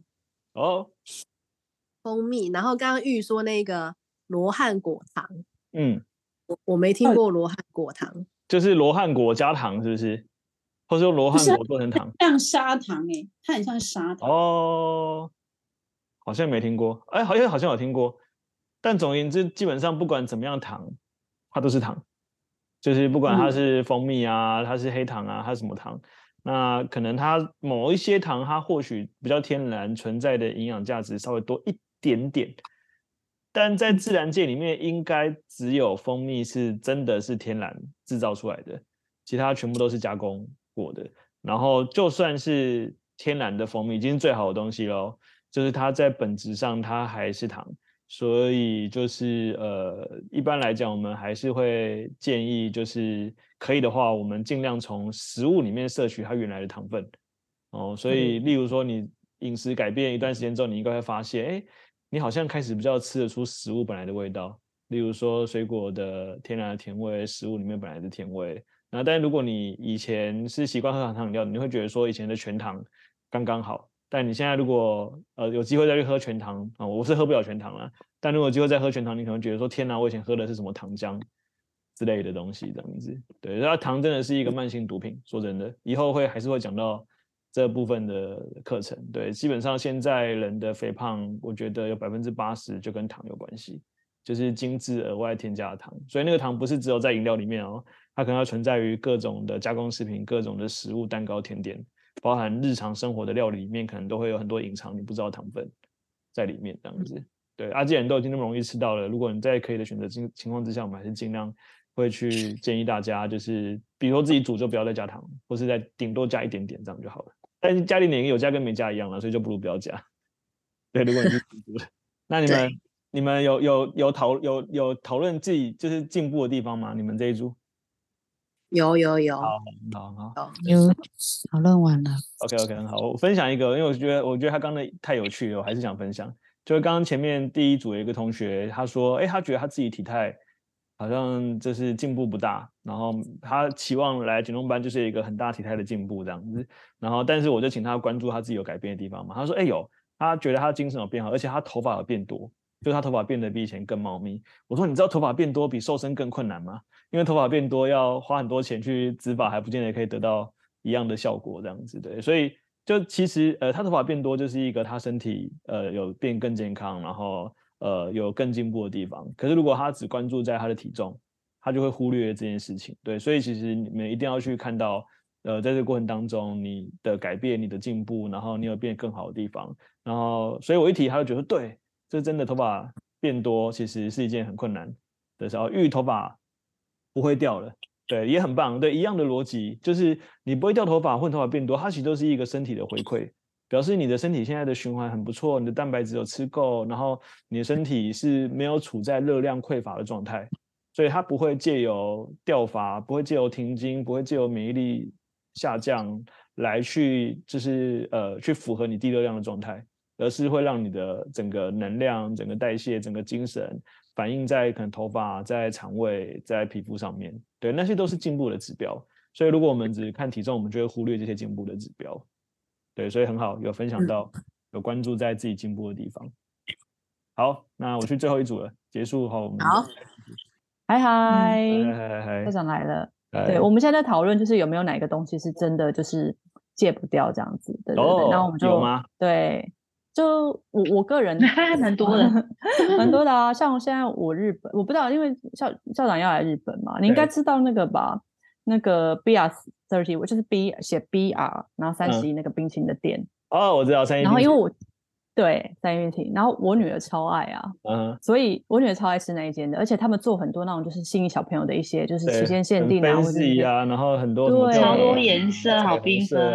蜂蜜。然后刚刚玉说那个罗汉果糖。我没听过罗汉果糖。 就是罗汉果加糖，是不是？或是用罗汉果做成糖， 像砂糖它很像砂糖好像没听过，好像有听过，但总而言之，基本上不管怎么样糖，它都是糖，就是不管它是蜂蜜啊，它是黑糖啊，它是什么糖，那可能它某一些糖，它或许比较天然存在的营养价值稍微多一点点，但在自然界里面，应该只有蜂蜜是真的是天然制造出来的，其他全部都是加工过的，然后就算是天然的蜂蜜已经是最好的东西咯，就是它在本质上它还是糖，所以就是一般来讲我们还是会建议就是可以的话我们尽量从食物里面摄取它原来的糖分所以例如说你饮食改变一段时间之后，你应该会发现你好像开始比较吃得出食物本来的味道，例如说水果的天然的甜味，食物里面本来的甜味，但如果你以前是习惯喝含糖饮料，你会觉得说以前的全糖刚刚好， 但你现在如果有机会再去喝全糖啊，我是喝不了全糖啦，但如果有机会再喝全糖，你可能觉得说天哪，我以前喝的是什么糖浆之类的东西这样子。对，那糖真的是一个慢性毒品，说真的，以后还是会讲到这部分的课程。对，基本上现在人的肥胖，我觉得有80%就跟糖有关系，就是精致额外添加的糖。所以那个糖不是只有在饮料里面哦，它可能要存在于各种的加工食品、各种的食物、蛋糕、甜点，包含日常生活的料理里面，可能都会有很多隐藏你不知道的糖分在里面这样子。对，既然都已经那么容易吃到了，如果你在可以的选择情况之下，我们还是尽量会去建议大家，就是比如说自己煮就不要再加糖，或是再顶多加一点点这样就好了。但是加一点点有加跟没加一样了，所以就不如不要加。对，如果你是自己煮的，那你们有讨论自己就是进步的地方吗？你们这一组？ 有。 好， 讨论完了。 OK， 很好。我分享一个，因为我觉得他刚才太有趣了，我还是想分享。就是刚刚前面第一组有一个同学，他说，他觉得他自己体态好像就是进步不大，然后他期望来减重班就是一个很大体态的进步这样子。然后，但是我就请他关注他自己有改变的地方嘛。他说，有，他觉得他精神有变好，而且他头发有变多，就是他头发变得比以前更茂密。我说，你知道头发变多比瘦身更困难吗？因为头发变多要花很多钱去植发，还不见得可以得到一样的效果这样子。对，所以就其实他头发变多就是一个他身体有变更健康，然后有更进步的地方。可是如果他只关注在他的体重，他就会忽略这件事情。对，所以其实你们一定要去看到在这个过程当中你的改变、你的进步，然后你有变更好的地方。然后所以我一提他就觉得对，这真的头发变多其实是一件很困难的事。因为头发不会掉了，对，也很棒。对，一样的逻辑，就是你不会掉头发或头发变多，它其实都是一个身体的回馈，表示你的身体现在的循环很不错，你的蛋白质有吃够，然后你的身体是没有处在热量匮乏的状态，所以它不会借由掉发，不会借由停经，不会借由免疫力下降来去就是去符合你低热量的状态，而是会让你的整个能量、整个代谢、整个精神反映在可能头发、在肠胃、在皮肤上面。对，那些都是进步的指标。所以如果我们只看体重，我们就会忽略这些进步的指标。对，所以很好，有分享到，有关注在自己进步的地方。好，那我去最后一组了，结束后我们好，嗨，科长来了。对，我们现在在讨论就是有没有哪个东西是真的就是戒不掉这样子。对，然后我们就有吗？ 对。就我个人蛮多的， 蛮多的啊。像现在我日本，我不知道，因为校长要来日本嘛，你应该知道那个吧？那个 BR30， 我就是 B 写 BR， 然后31那个冰淇淋的店。 我知道31。 然后因为我对3冰淇淋，然后我女儿超爱啊，所以我女儿超爱吃那一间的，而且他们做很多那种就是吸引小朋友的一些就是期间限定啊，或者然后很多对超多颜色，好缤纷。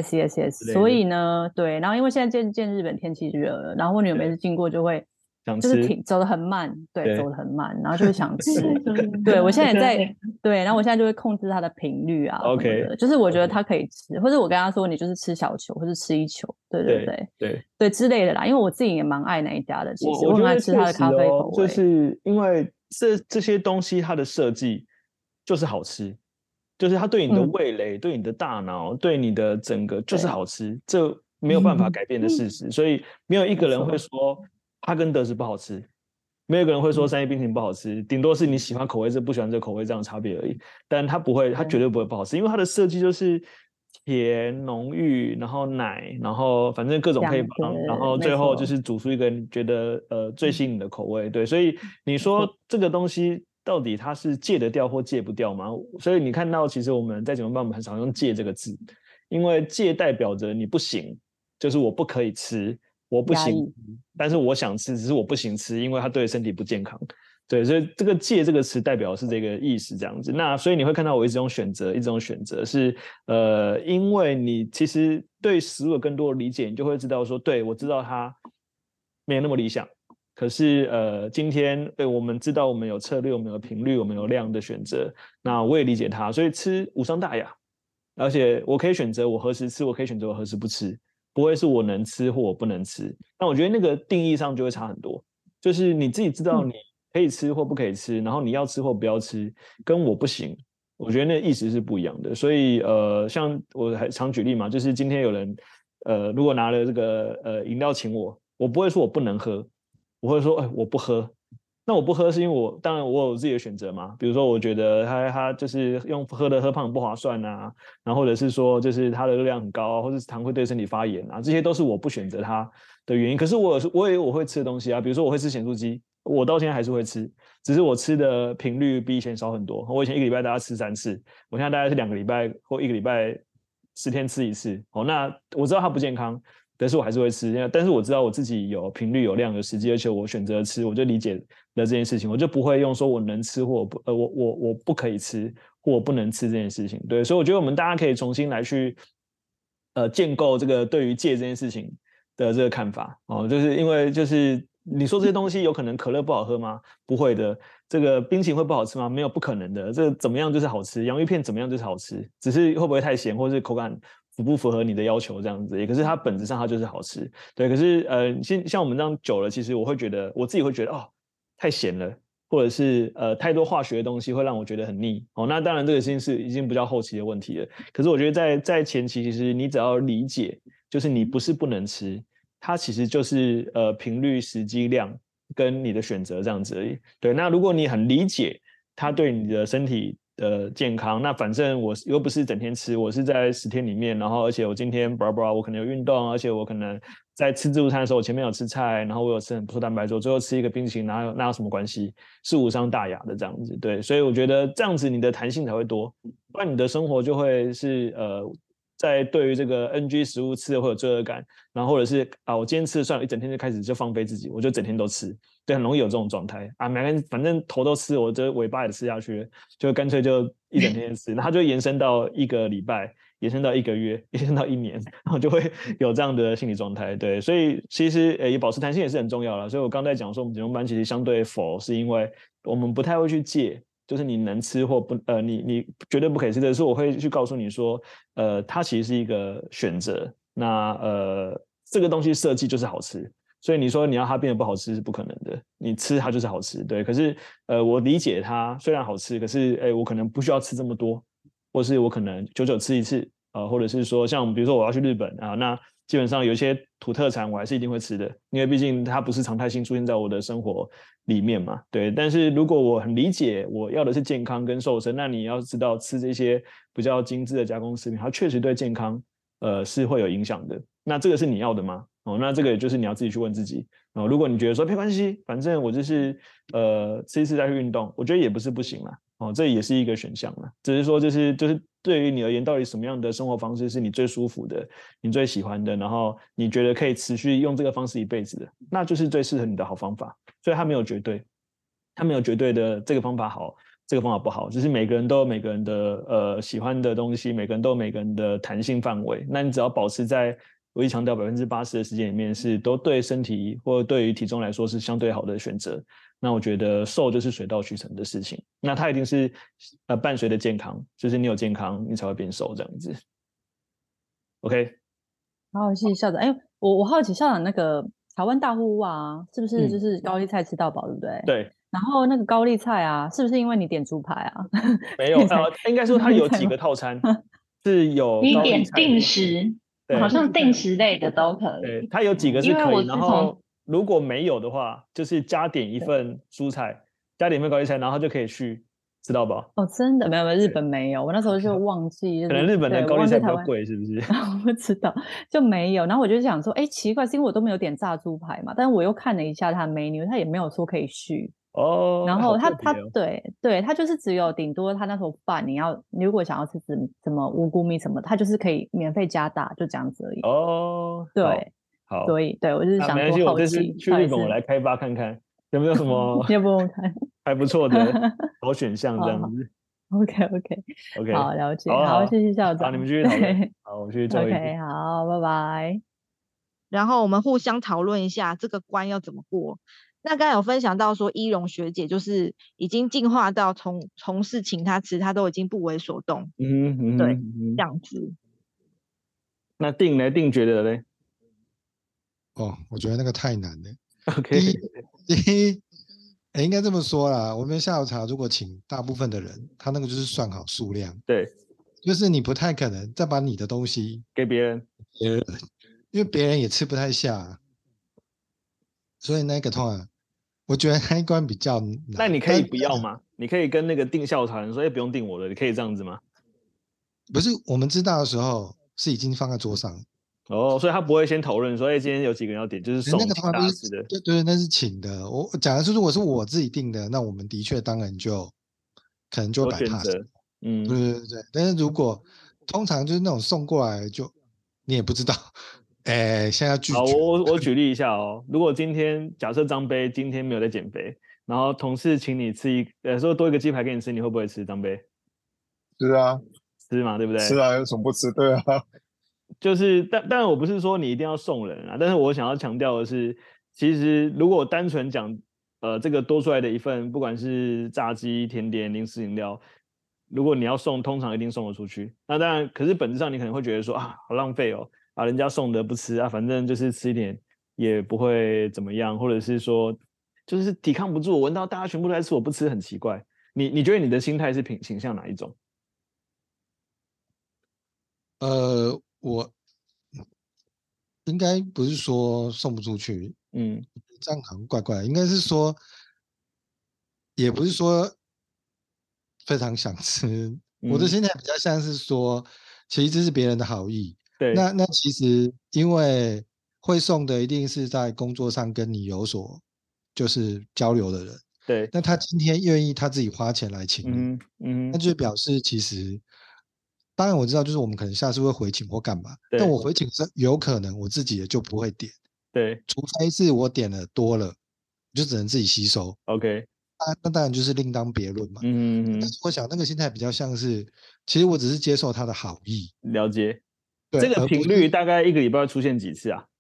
Yes。所以呢，对，然后因为现在见日本天气热了，然后我女儿每次经过就会就是走得很慢，对，走得很慢，然后就会想吃。对，我现在也在对，然后我现在就会控制它的频率啊 ，OK， 就是我觉得它可以吃，或者我跟她说你就是吃小球，或是吃1球，对之类的啦。因为我自己也蛮爱那一家的，其实我很爱吃它的咖啡口味， 就是因为这些东西它的设计就是好吃，就是它对你的味蕾、对你的大脑、对你的整个就是好吃，这没有办法改变的事实。所以没有一个人会说哈根达斯不好吃，没有一个人会说31冰淇淋不好吃，顶多是你喜欢口味是不喜欢这个口味这样的差别而已。但它不会，它绝对不会不好吃，因为它的设计就是甜浓郁，然后奶，然后反正各种配方，然后最后就是煮出一个你觉得最吸引你的口味。对，所以你说这个东西到底它是戒得掉或戒不掉吗？所以你看到其实我们在减重班我们很少用戒这个字，因为戒代表着你不行，就是我不可以吃，我不行，但是我想吃，只是我不行吃，因为它对身体不健康。对，所以这个戒这个词代表是这个意思这样子。那所以你会看到我一直用选择，一直用选择，是因为你其实对食物有更多的理解，你就会知道说，对，我知道它没有那么理想，可是今天我们知道我们有策略，我们有频率，我们有量的选择，那我也理解它，所以吃无伤大雅，而且我可以选择我何时吃，我可以选择我何时不吃，不会是我能吃或我不能吃。那我觉得那个定义上就会差很多，就是你自己知道你可以吃或不可以吃，然后你要吃或不要吃，跟我不行，我觉得那个意思是不一样的。所以像我还常举例嘛，就是今天有人如果拿了这个饮料请我不会说我不能喝，我会说我不喝。那我不喝是因为当然我有自己的选择嘛，比如说我觉得它就是用喝胖不划算啊，然后或者是说就是它的热量很高啊，或者是糖会对身体发炎啊，这些都是我不选择它的原因。可是我也有我会吃的东西啊，比如说我会吃咸酥鸡，我到现在还是会吃，只是我吃的频率比以前少很多。我以前1个礼拜大概吃3次，我现在大概是2个礼拜或1个礼拜10天吃1次。那我知道它不健康，但是我还是会吃，但是我知道我自己有频率、有量、有时机，而且我选择吃，我就理解了这件事情，我就不会用说我能吃或我不可以吃或我不能吃这件事情。对，所以我觉得我们大家可以重新来去建构这个对于戒这件事情的这个看法就是因为就是你说这些东西有可能可乐不好喝吗？不会的。这个冰淇淋会不好吃吗？没有，不可能的。这怎么样就是好吃，洋芋片怎么样就是好吃，只是会不会太咸，或是口感符不符合你的要求这样子。可是它本质上它就是好吃。对，可是像我们这样久了，其实我自己会觉得太咸了，或者是太多化学的东西会让我觉得很腻。那当然这个已经比较后期的问题了。可是我觉得在前期，其实你只要理解，就是你不是不能吃，它其实就是频率、时机、量跟你的选择这样子而已。对，那如果你很理解它对你的身体的健康，那反正我又不是整天吃，我是在10天里面，然后而且我今天我可能有运动，而且我可能在吃自助餐的时候，我前面有吃菜，然后我有吃很不错蛋白质，最后吃一个冰淇淋，哪有什么关系？是无伤大雅的这样子。对，所以我觉得这样子你的弹性才会多，不然你的生活就会是在对于这个 NG 食物吃的会有罪恶感，然后或者是我今天吃了算了，一整天就开始就放飞自己，我就整天都吃，对，很容易有这种状态反正头都吃，我这尾巴也吃下去了，就干脆就一整天吃，然后它就延伸到1个礼拜，延伸到1个月，延伸到1年，然后就会有这样的心理状态。对，所以其实也保持弹性也是很重要啦。所以我刚才讲说我们减重班其实相对否，是因为我们不太会去戒。就是你能吃或不你绝对不可以吃的是我会去告诉你说它其实是一个选择，那这个东西设计就是好吃，所以你说你要它变得不好吃是不可能的，你吃它就是好吃。对，可是我理解它虽然好吃，可是我可能不需要吃这么多，或是我可能久久吃一次或者是说像比如说我要去日本那基本上有一些土特产我还是一定会吃的，因为毕竟它不是常态性出现在我的生活里面嘛。对，但是如果我很理解我要的是健康跟瘦身，那你要知道吃这些比较精致的加工食品，它确实对健康是会有影响的。那这个是你要的吗？那这个就是你要自己去问自己。如果你觉得说没关系，反正我就是吃一次再去运动，我觉得也不是不行啦。这也是一个选项啦。只是说就是对于你而言，到底什么样的生活方式是你最舒服的，你最喜欢的，然后你觉得可以持续用这个方式一辈子的，那就是最适合你的好方法。所以它没有绝对，它没有绝对的这个方法好，这个方法不好，只是每个人都有每个人的喜欢的东西，每个人都有每个人的弹性范围。那你只要保持在我一强调80%的时间里面是都对身体或对于体重来说是相对好的选择，那我觉得瘦就是水到渠成的事情。那它一定是伴随的健康，就是你有健康你才会变瘦这样子。OK， 好，谢谢校长。我好奇校长那个台湾大户啊，是不是就是高丽菜吃到饱，对不对？ 对。 然后那个高丽菜啊，是不是因为你点猪排啊？ 没有应该说它有几个套餐是有你点定时，好像定时类的都可以。 对，它有几个是可以，然后如果没有的话，就是加点一份蔬菜，加点一份高丽菜，然后就可以去吃到饱。 真的没有，日本没有，我那时候就忘记， 可能日本的高丽菜比较贵，是不是？ 我不知道，就没有。然后我就想说，奇怪，是因为我都没有点炸猪排嘛？但是我又看了一下它的 menu， 它也没有说可以续。然后它对它就是只有顶多它那时候饭，你如果想要吃什么无骨米什么，它就是可以免费加大，就这样子而已。对， 好， 所以对我就是想说好奇， 去日本我来开发看看有没有什么也不用看还不错的好选项这样子。 OK， 好，了解，好，谢谢校长。 好，你们继续讨论。好，我去做一 OK， 好，拜拜。 然后我们互相讨论一下这个关要怎么过。那刚才有分享到说，依蓉学姐就是已经进化到从事请她吃，她都已经不为所动。对，这样子。 那定觉得嘞？ 我觉得那个太难了。 OK， 第一，应该这么说啦，我们下午茶如果请大部分的人，他那个就是算好数量。 对， 就是你不太可能再把你的东西给别人。 因为别人也吃不太下，所以那个通常我觉得那一关比较难。 那你可以不要吗？你可以跟那个订下午茶人说，不用订我了，你可以这样子吗？ 不是，我们知道的时候是已经放在桌上了。 哦，所以他不会先讨论说，今天有几个人要点，就是送请大家吃的。 对，那是请的。我讲的是，如果是我自己订的，那我们的确当然就可能就摆 pass。对。但是如果通常就是那种送过来就你也不知道，现在要拒绝。 好，我举例一下哦。如果今天假设张杯今天没有在减肥，然后同事请你吃说多一个鸡排给你吃，你会不会吃？张杯？ 是啊， 吃嘛，对不对？ 是啊，有什么不吃？对啊。 就是，但我不是说你一定要送人啊，但是我想要强调的是，其实如果单纯讲，这个多出来的一份，不管是炸鸡、甜点、零食、饮料，如果你要送，通常一定送得出去。那当然，可是本质上你可能会觉得说好浪费哦，人家送的不吃啊，反正就是吃一点也不会怎么样，或者是说就是抵抗不住，我闻到大家全部都在吃，我不吃很奇怪。你觉得你的心态是倾向哪一种？ 我应该不是说送不出去，这样好像怪怪，应该是说，也不是说非常想吃。我的心态比较像是说，其实这是别人的好意。 对， 那其实因为会送的一定是在工作上跟你有所就是交流的人。 对， 那他今天愿意他自己花钱来请你，那就表示其实。当然我知道，就是我们可能下次会回请或干嘛，但我回请是有可能我自己也就不会点， 对， 除非是我点了多了，就只能自己吸收。 OK， 那当然就是另当别论嘛。但是我想那个心态比较像是，其实我只是接受他的好意。 了解。这个频率大概1个礼拜会出现几次啊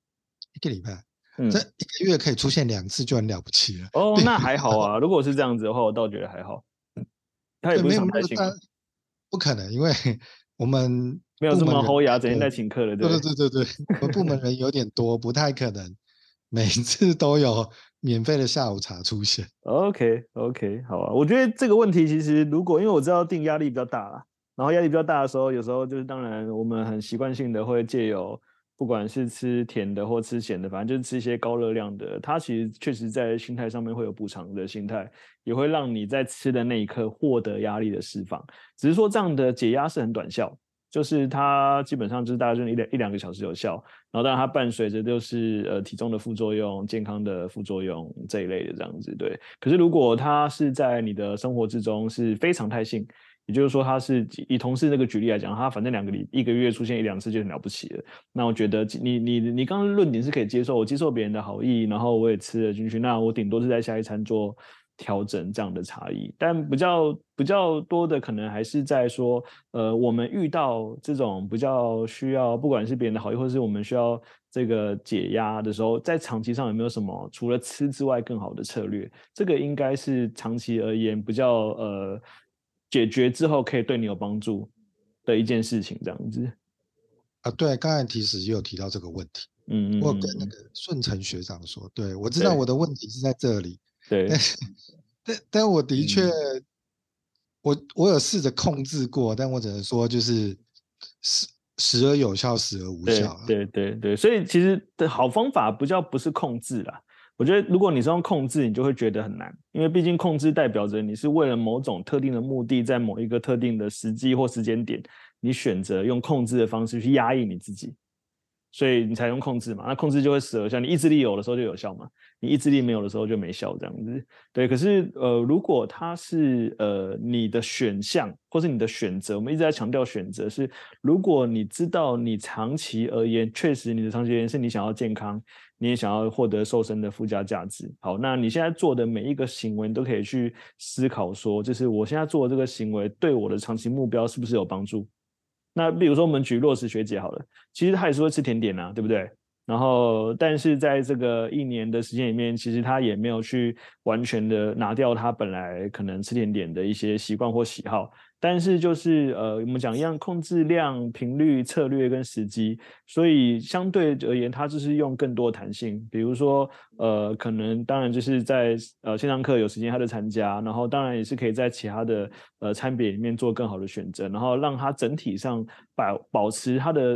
？1个礼拜，这1个月可以出现2次就很了不起了。 哦，那还好啊。如果是这样子的话，我倒觉得还好。他也不是常态性。 不可能，因为我们没有这么齁牙，整天在请客了。 对，我们部门人有点多，不太可能每次都有免费的下午茶出现。 OK， 好啊。我觉得这个问题其实因为我知道定压力比较大啦，然后压力比较大的时候，有时候就是当然我们很习惯性的会借由不管是吃甜的或吃咸的，反正就是吃一些高热量的，它其实确实在心态上面会有补偿的心态，也会让你在吃的那一刻获得压力的释放。只是说这样的解压是很短效，就是它基本上就是大概就1-2个小时有效，然后当然它伴随着就是体重的副作用、健康的副作用这一类的这样子。对，可是如果它是在你的生活之中是非常态性，也就是说它是以同事那个举例来讲，它反正1个月出现1-2次就很了不起了。那我觉得你刚刚论点是可以接受，我接受别人的好意，然后我也吃了进去，那我顶多是在下一餐做调整这样的差异，但比较多的可能还是在说，我们遇到这种比较需要，不管是别人的好意，或者是我们需要这个解压的时候，在长期上有没有什么除了吃之外更好的策略？这个应该是长期而言比较解决之后可以对你有帮助的一件事情，这样子。 对，刚才其实也有提到这个问题，我有跟那个顺成学长说，对，我知道我的问题是在这里。 对， 但我的确，我有试着控制过，但我只能说就是时而有效，时而无效。 对，所以其实的好方法不是控制啦。我觉得如果你是用控制，你就会觉得很难，因为毕竟控制代表着你是为了某种特定的目的，在某一个特定的时机或时间点，你选择用控制的方式去压抑你自己。所以你才用控制嘛，那控制就会时而效。你意志力有的时候就有效嘛，你意志力没有的时候就没效，这样子。对，可是如果它是你的选项或是你的选择，我们一直在强调选择是，如果你知道你长期而言，确实你的长期而言是你想要健康，你也想要获得瘦身的附加价值。好，那你现在做的每一个行为，你都可以去思考说，就是我现在做的这个行为对我的长期目标是不是有帮助？那比如说我们举落实学姐好了，其实她也是会吃甜点啊，对不对？然后但是在这个1年的时间里面，其实她也没有去完全的拿掉她本来可能吃甜点的一些习惯或喜好，但是就是我们讲一样，控制量、频率、策略跟时机，所以相对而言，它就是用更多弹性。比如说可能当然就是在线上课有时间他的参加，然后当然也是可以在其他的餐别里面做更好的选择，然后让它整体上保持它的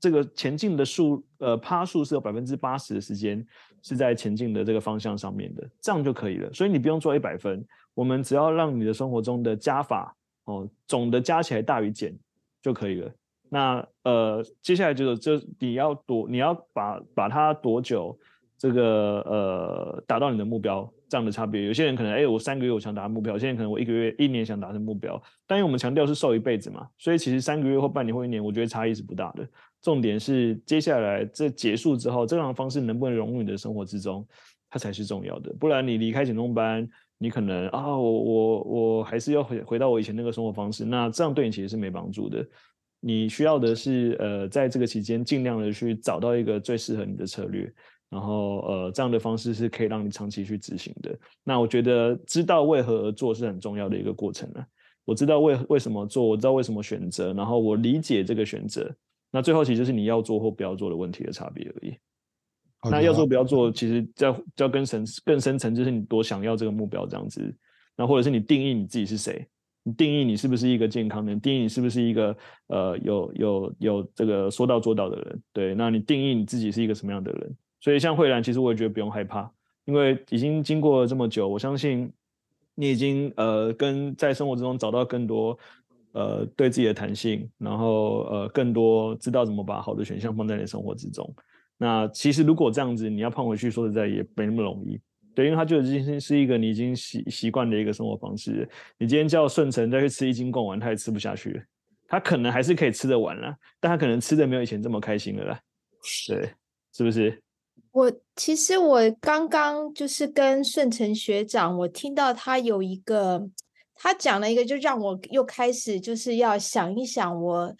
这个前进的趴数是有80%的时间是在前进的这个方向上面的，这样就可以了。所以你不用做100分，我们只要让你的生活中的加法总的加起来大于减就可以了。那接下来就你要把它多久这个达到你的目标这样的差别。有些人可能我3个月我想达成目标，有些人可能我1年想达成目标。但因为我们强调是瘦一辈子嘛，所以其实3个月或半年或1年，我觉得差异是不大的。重点是接下来这结束之后，这样的方式能不能融入你的生活之中，它才是重要的。不然你离开减重班，你可能我还是要回到我以前那个生活方式，那这样对你其实是没帮助的。你需要的是在这个期间尽量的去找到一个最适合你的策略，然后这样的方式是可以让你长期去执行的。那我觉得知道为何而做是很重要的一个过程啊。我知道为什么做，我知道为什么选择，然后我理解这个选择，那最后其实就是你要做或不要做的问题的差别而已。那要做不要做，其实要更深层，就是你多想要这个目标这样子，那或者是你定义你自己是谁，你定义你是不是一个健康的人，定义你是不是一个有这个说到做到的人，对，那你定义你自己是一个什么样的人。所以像慧兰，其实我也觉得不用害怕，因为已经经过了这么久，我相信你已经在生活之中找到更多对自己的弹性，然后更多知道怎么把好的选项放在你的生活之中。那其实如果这样子你要胖回去，说实在也没那么容易，对，因为它就已经是一个你已经习惯的一个生活方式了。你今天叫顺成再去吃1斤贡丸，他也吃不下去了。他可能还是可以吃得完啦，但他可能吃的没有以前这么开心了啦，对，是不是？ 其实我刚刚就是跟顺成学长，我听到他讲了一个，就让我又开始就是要想一想我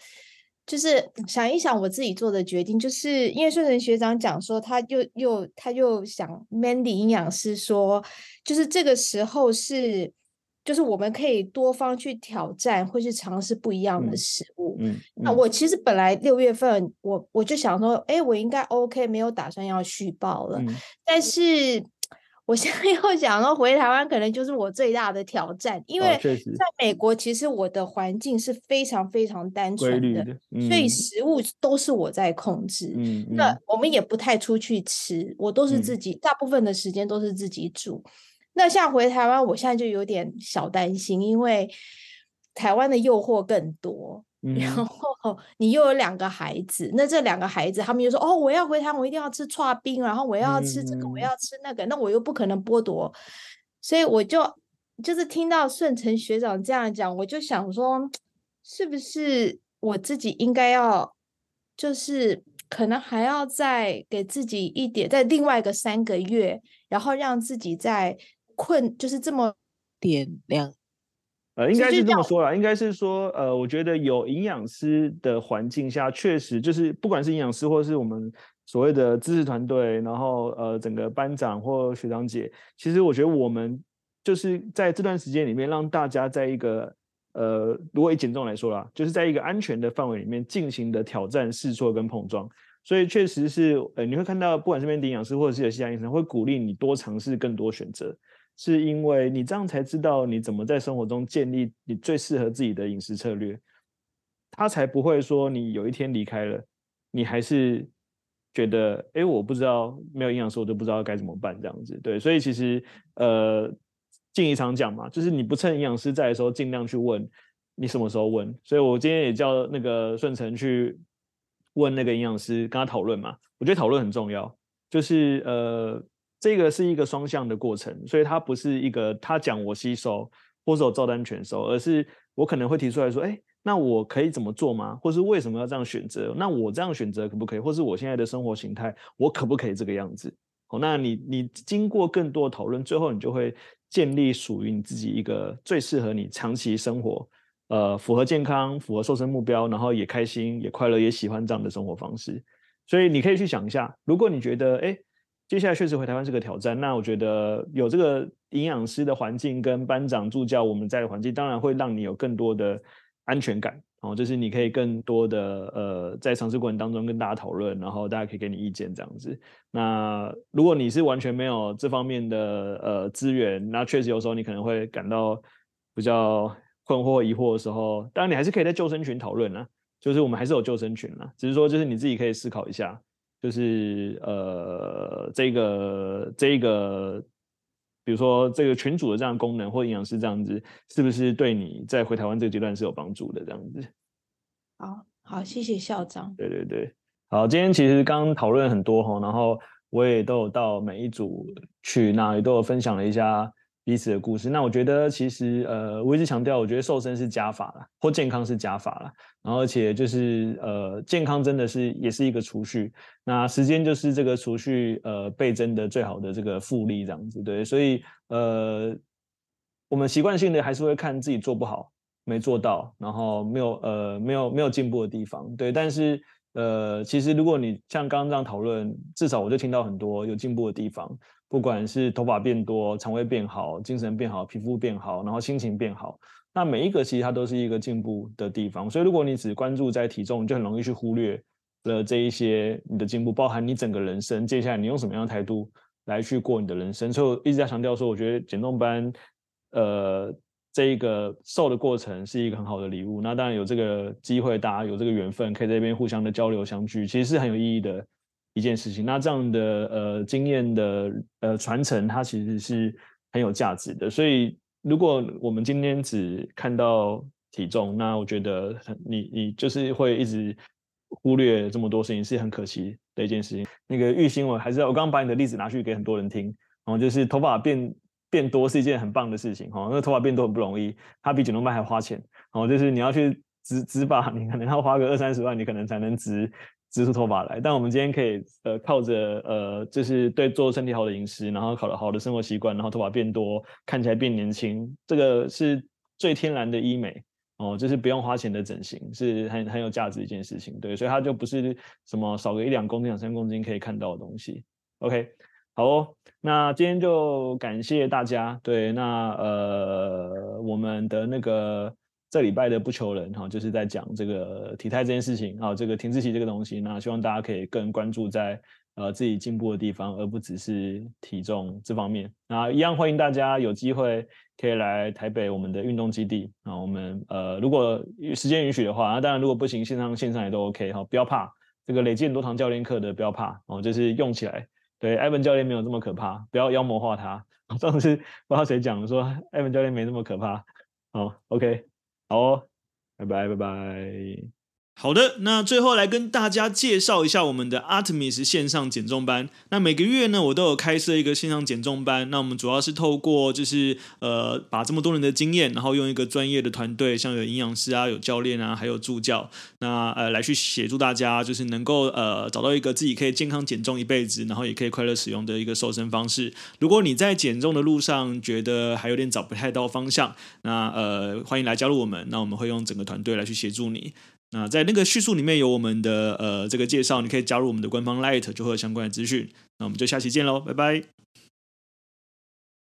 自己做的决定，就是因为顺成学长讲说，他又想 Mandy 营养师说，就是这个时候就是我们可以多方去挑战，或是尝试不一样的食物。那我其实本来6月份我就想说，我应该 OK， 没有打算要续报了。但是我现在又想说，回台湾可能就是我最大的挑战，因为在美国其实我的环境是非常非常单纯的，所以食物都是我在控制。那我们也不太出去吃，我都是自己，大部分的时间都是自己煮。那像回台湾，我现在就有点小担心，因为台湾的诱惑更多，然后你又有2个孩子，那这2个孩子他们就说我要回台湾，我一定要吃剉冰，然后我要吃这个，我要吃那个，那我又不可能剥夺，所以我就是听到顺成学长这样讲，我就想说，是不是我自己应该要就是可能还要再给自己一点，在另外一个3个月，然后让自己在就是这么点亮。 应该是这么说啦，应该是说我觉得有营养师的环境下，确实就是不管是营养师或是我们所谓的知识团队，然后整个班长或学长姐，其实我觉得我们就是在这段时间里面，让大家在一个如果以减重来说啦，就是在一个安全的范围里面进行的挑战、试错跟碰撞。所以确实是你会看到，不管是营养师或者是有西洋医生，会鼓励你多尝试更多选择。是因为你这样才知道你怎么在生活中建立你最适合自己的饮食策略，他才不会说你有一天离开了，你还是觉得我不知道，没有营养师我就不知道该怎么办这样子。对，所以其实静怡常讲嘛，就是你不趁营养师在的时候尽量去问你什么时候问。所以我今天也叫那个顺成去问那个营养师跟他讨论嘛，我觉得讨论很重要，就是这个是一个双向的过程，所以它不是一个他讲我吸收或者我照单全收，而是我可能会提出来说，那我可以怎么做吗？或是为什么要这样选择？那我这样选择可不可以？或是我现在的生活形态，我可不可以这个样子？那你经过更多的讨论，最后你就会建立属于你自己一个最适合你长期生活，符合健康、符合瘦身目标，然后也开心、也快乐、也喜欢这样的生活方式。所以你可以去想一下，如果你觉得接下来确实回台湾是个挑战，那我觉得有这个营养师的环境跟班长助教我们在的环境，当然会让你有更多的安全感，就是你可以更多的在尝试过程当中跟大家讨论，然后大家可以给你意见这样子。那如果你是完全没有这方面的资源，那确实有时候你可能会感到比较困惑疑惑的时候，当然你还是可以在救生群讨论啊。 就是我们还是有救生权啦，只是说就是你自己可以思考一下，就是这个比如说这个群组的这样的功能或营养师这样子，是不是对你在回台湾这个阶段是有帮助的这样子。 好，谢谢校长。 对对对，好，今天其实刚刚讨论很多然后我也都有到每一组去，那也都有分享了一下彼此的故事。那我觉得其实我一直强调，我觉得瘦身是加法啦，或健康是加法啦，然后而且就是健康真的也是一个储蓄，那时间就是这个储蓄倍增的最好的这个复利这样子。对，所以我们习惯性的还是会看自己做不好没做到，然后没有进步的地方。对，但是其实如果你像刚刚这样讨论，至少我就听到很多有进步的地方，不管是头发变多、肠胃变好、精神变好、皮肤变好，然后心情变好，那每一个其实它都是一个进步的地方。所以如果你只关注在体重，就很容易去忽略了这一些你的进步，包含你整个人生，接下来你用什么样的态度来去过你的人生。所以我一直在强调说，我觉得减重班这一个瘦的过程是一个很好的礼物。那当然有这个机会，大家有这个缘分，可以在这边互相的交流相聚，其实是很有意义的一件事情。那这样的经验的传承，它其实是很有价值的。所以如果我们今天只看到体重，那我觉得你就是会一直忽略这么多事情，是很可惜的一件事情。那个玉兴，我刚刚把你的例子拿去给很多人听，就是头发变多是一件很棒的事情，那头发变多很不容易，它比减重班还花钱，就是你要去植发，你可能要花个20-30万，你可能才能植出头发来。但我们今天可以靠着就是对做身体好的饮食，然后好的生活习惯，然后头发变多，看起来变年轻，这个是最天然的医美就是不用花钱的整形，是很有价值的一件事情。对，所以它就不是什么少个1-2公斤、2-3公斤可以看到的东西。OK。好那今天就感谢大家。对，那我们的那个这礼拜的不求人就是在讲这个体态这件事情这个停滞期这个东西。那希望大家可以更关注在自己进步的地方，而不只是体重这方面。那一样欢迎大家有机会可以来台北我们的运动基地我们如果时间允许的话，当然如果不行线上也都 OK 不要怕，这个累积很多堂教练课的不要怕就是用起来。对，Evan 教练没有这么可怕，不要妖魔化他。上次不知道谁讲说 Evan 教练没这么可怕。OK， 好拜拜拜拜。好的，那最后来跟大家介绍一下我们的 Artemis 线上减重班。那每个月呢，我都有开设一个线上减重班。那我们主要是透过就是把这么多人的经验，然后用一个专业的团队，像有营养师啊、有教练啊，还有助教，那来去协助大家，就是能够找到一个自己可以健康减重一辈子，然后也可以快乐使用的一个瘦身方式。如果你在减重的路上觉得还有点找不太到方向，那欢迎来加入我们。那我们会用整个团队来去协助你。那在那个叙述里面有我们的这个介绍，你可以加入我们的官方 Lite， 就会有相关的资讯。那我们就下期见喽，拜拜。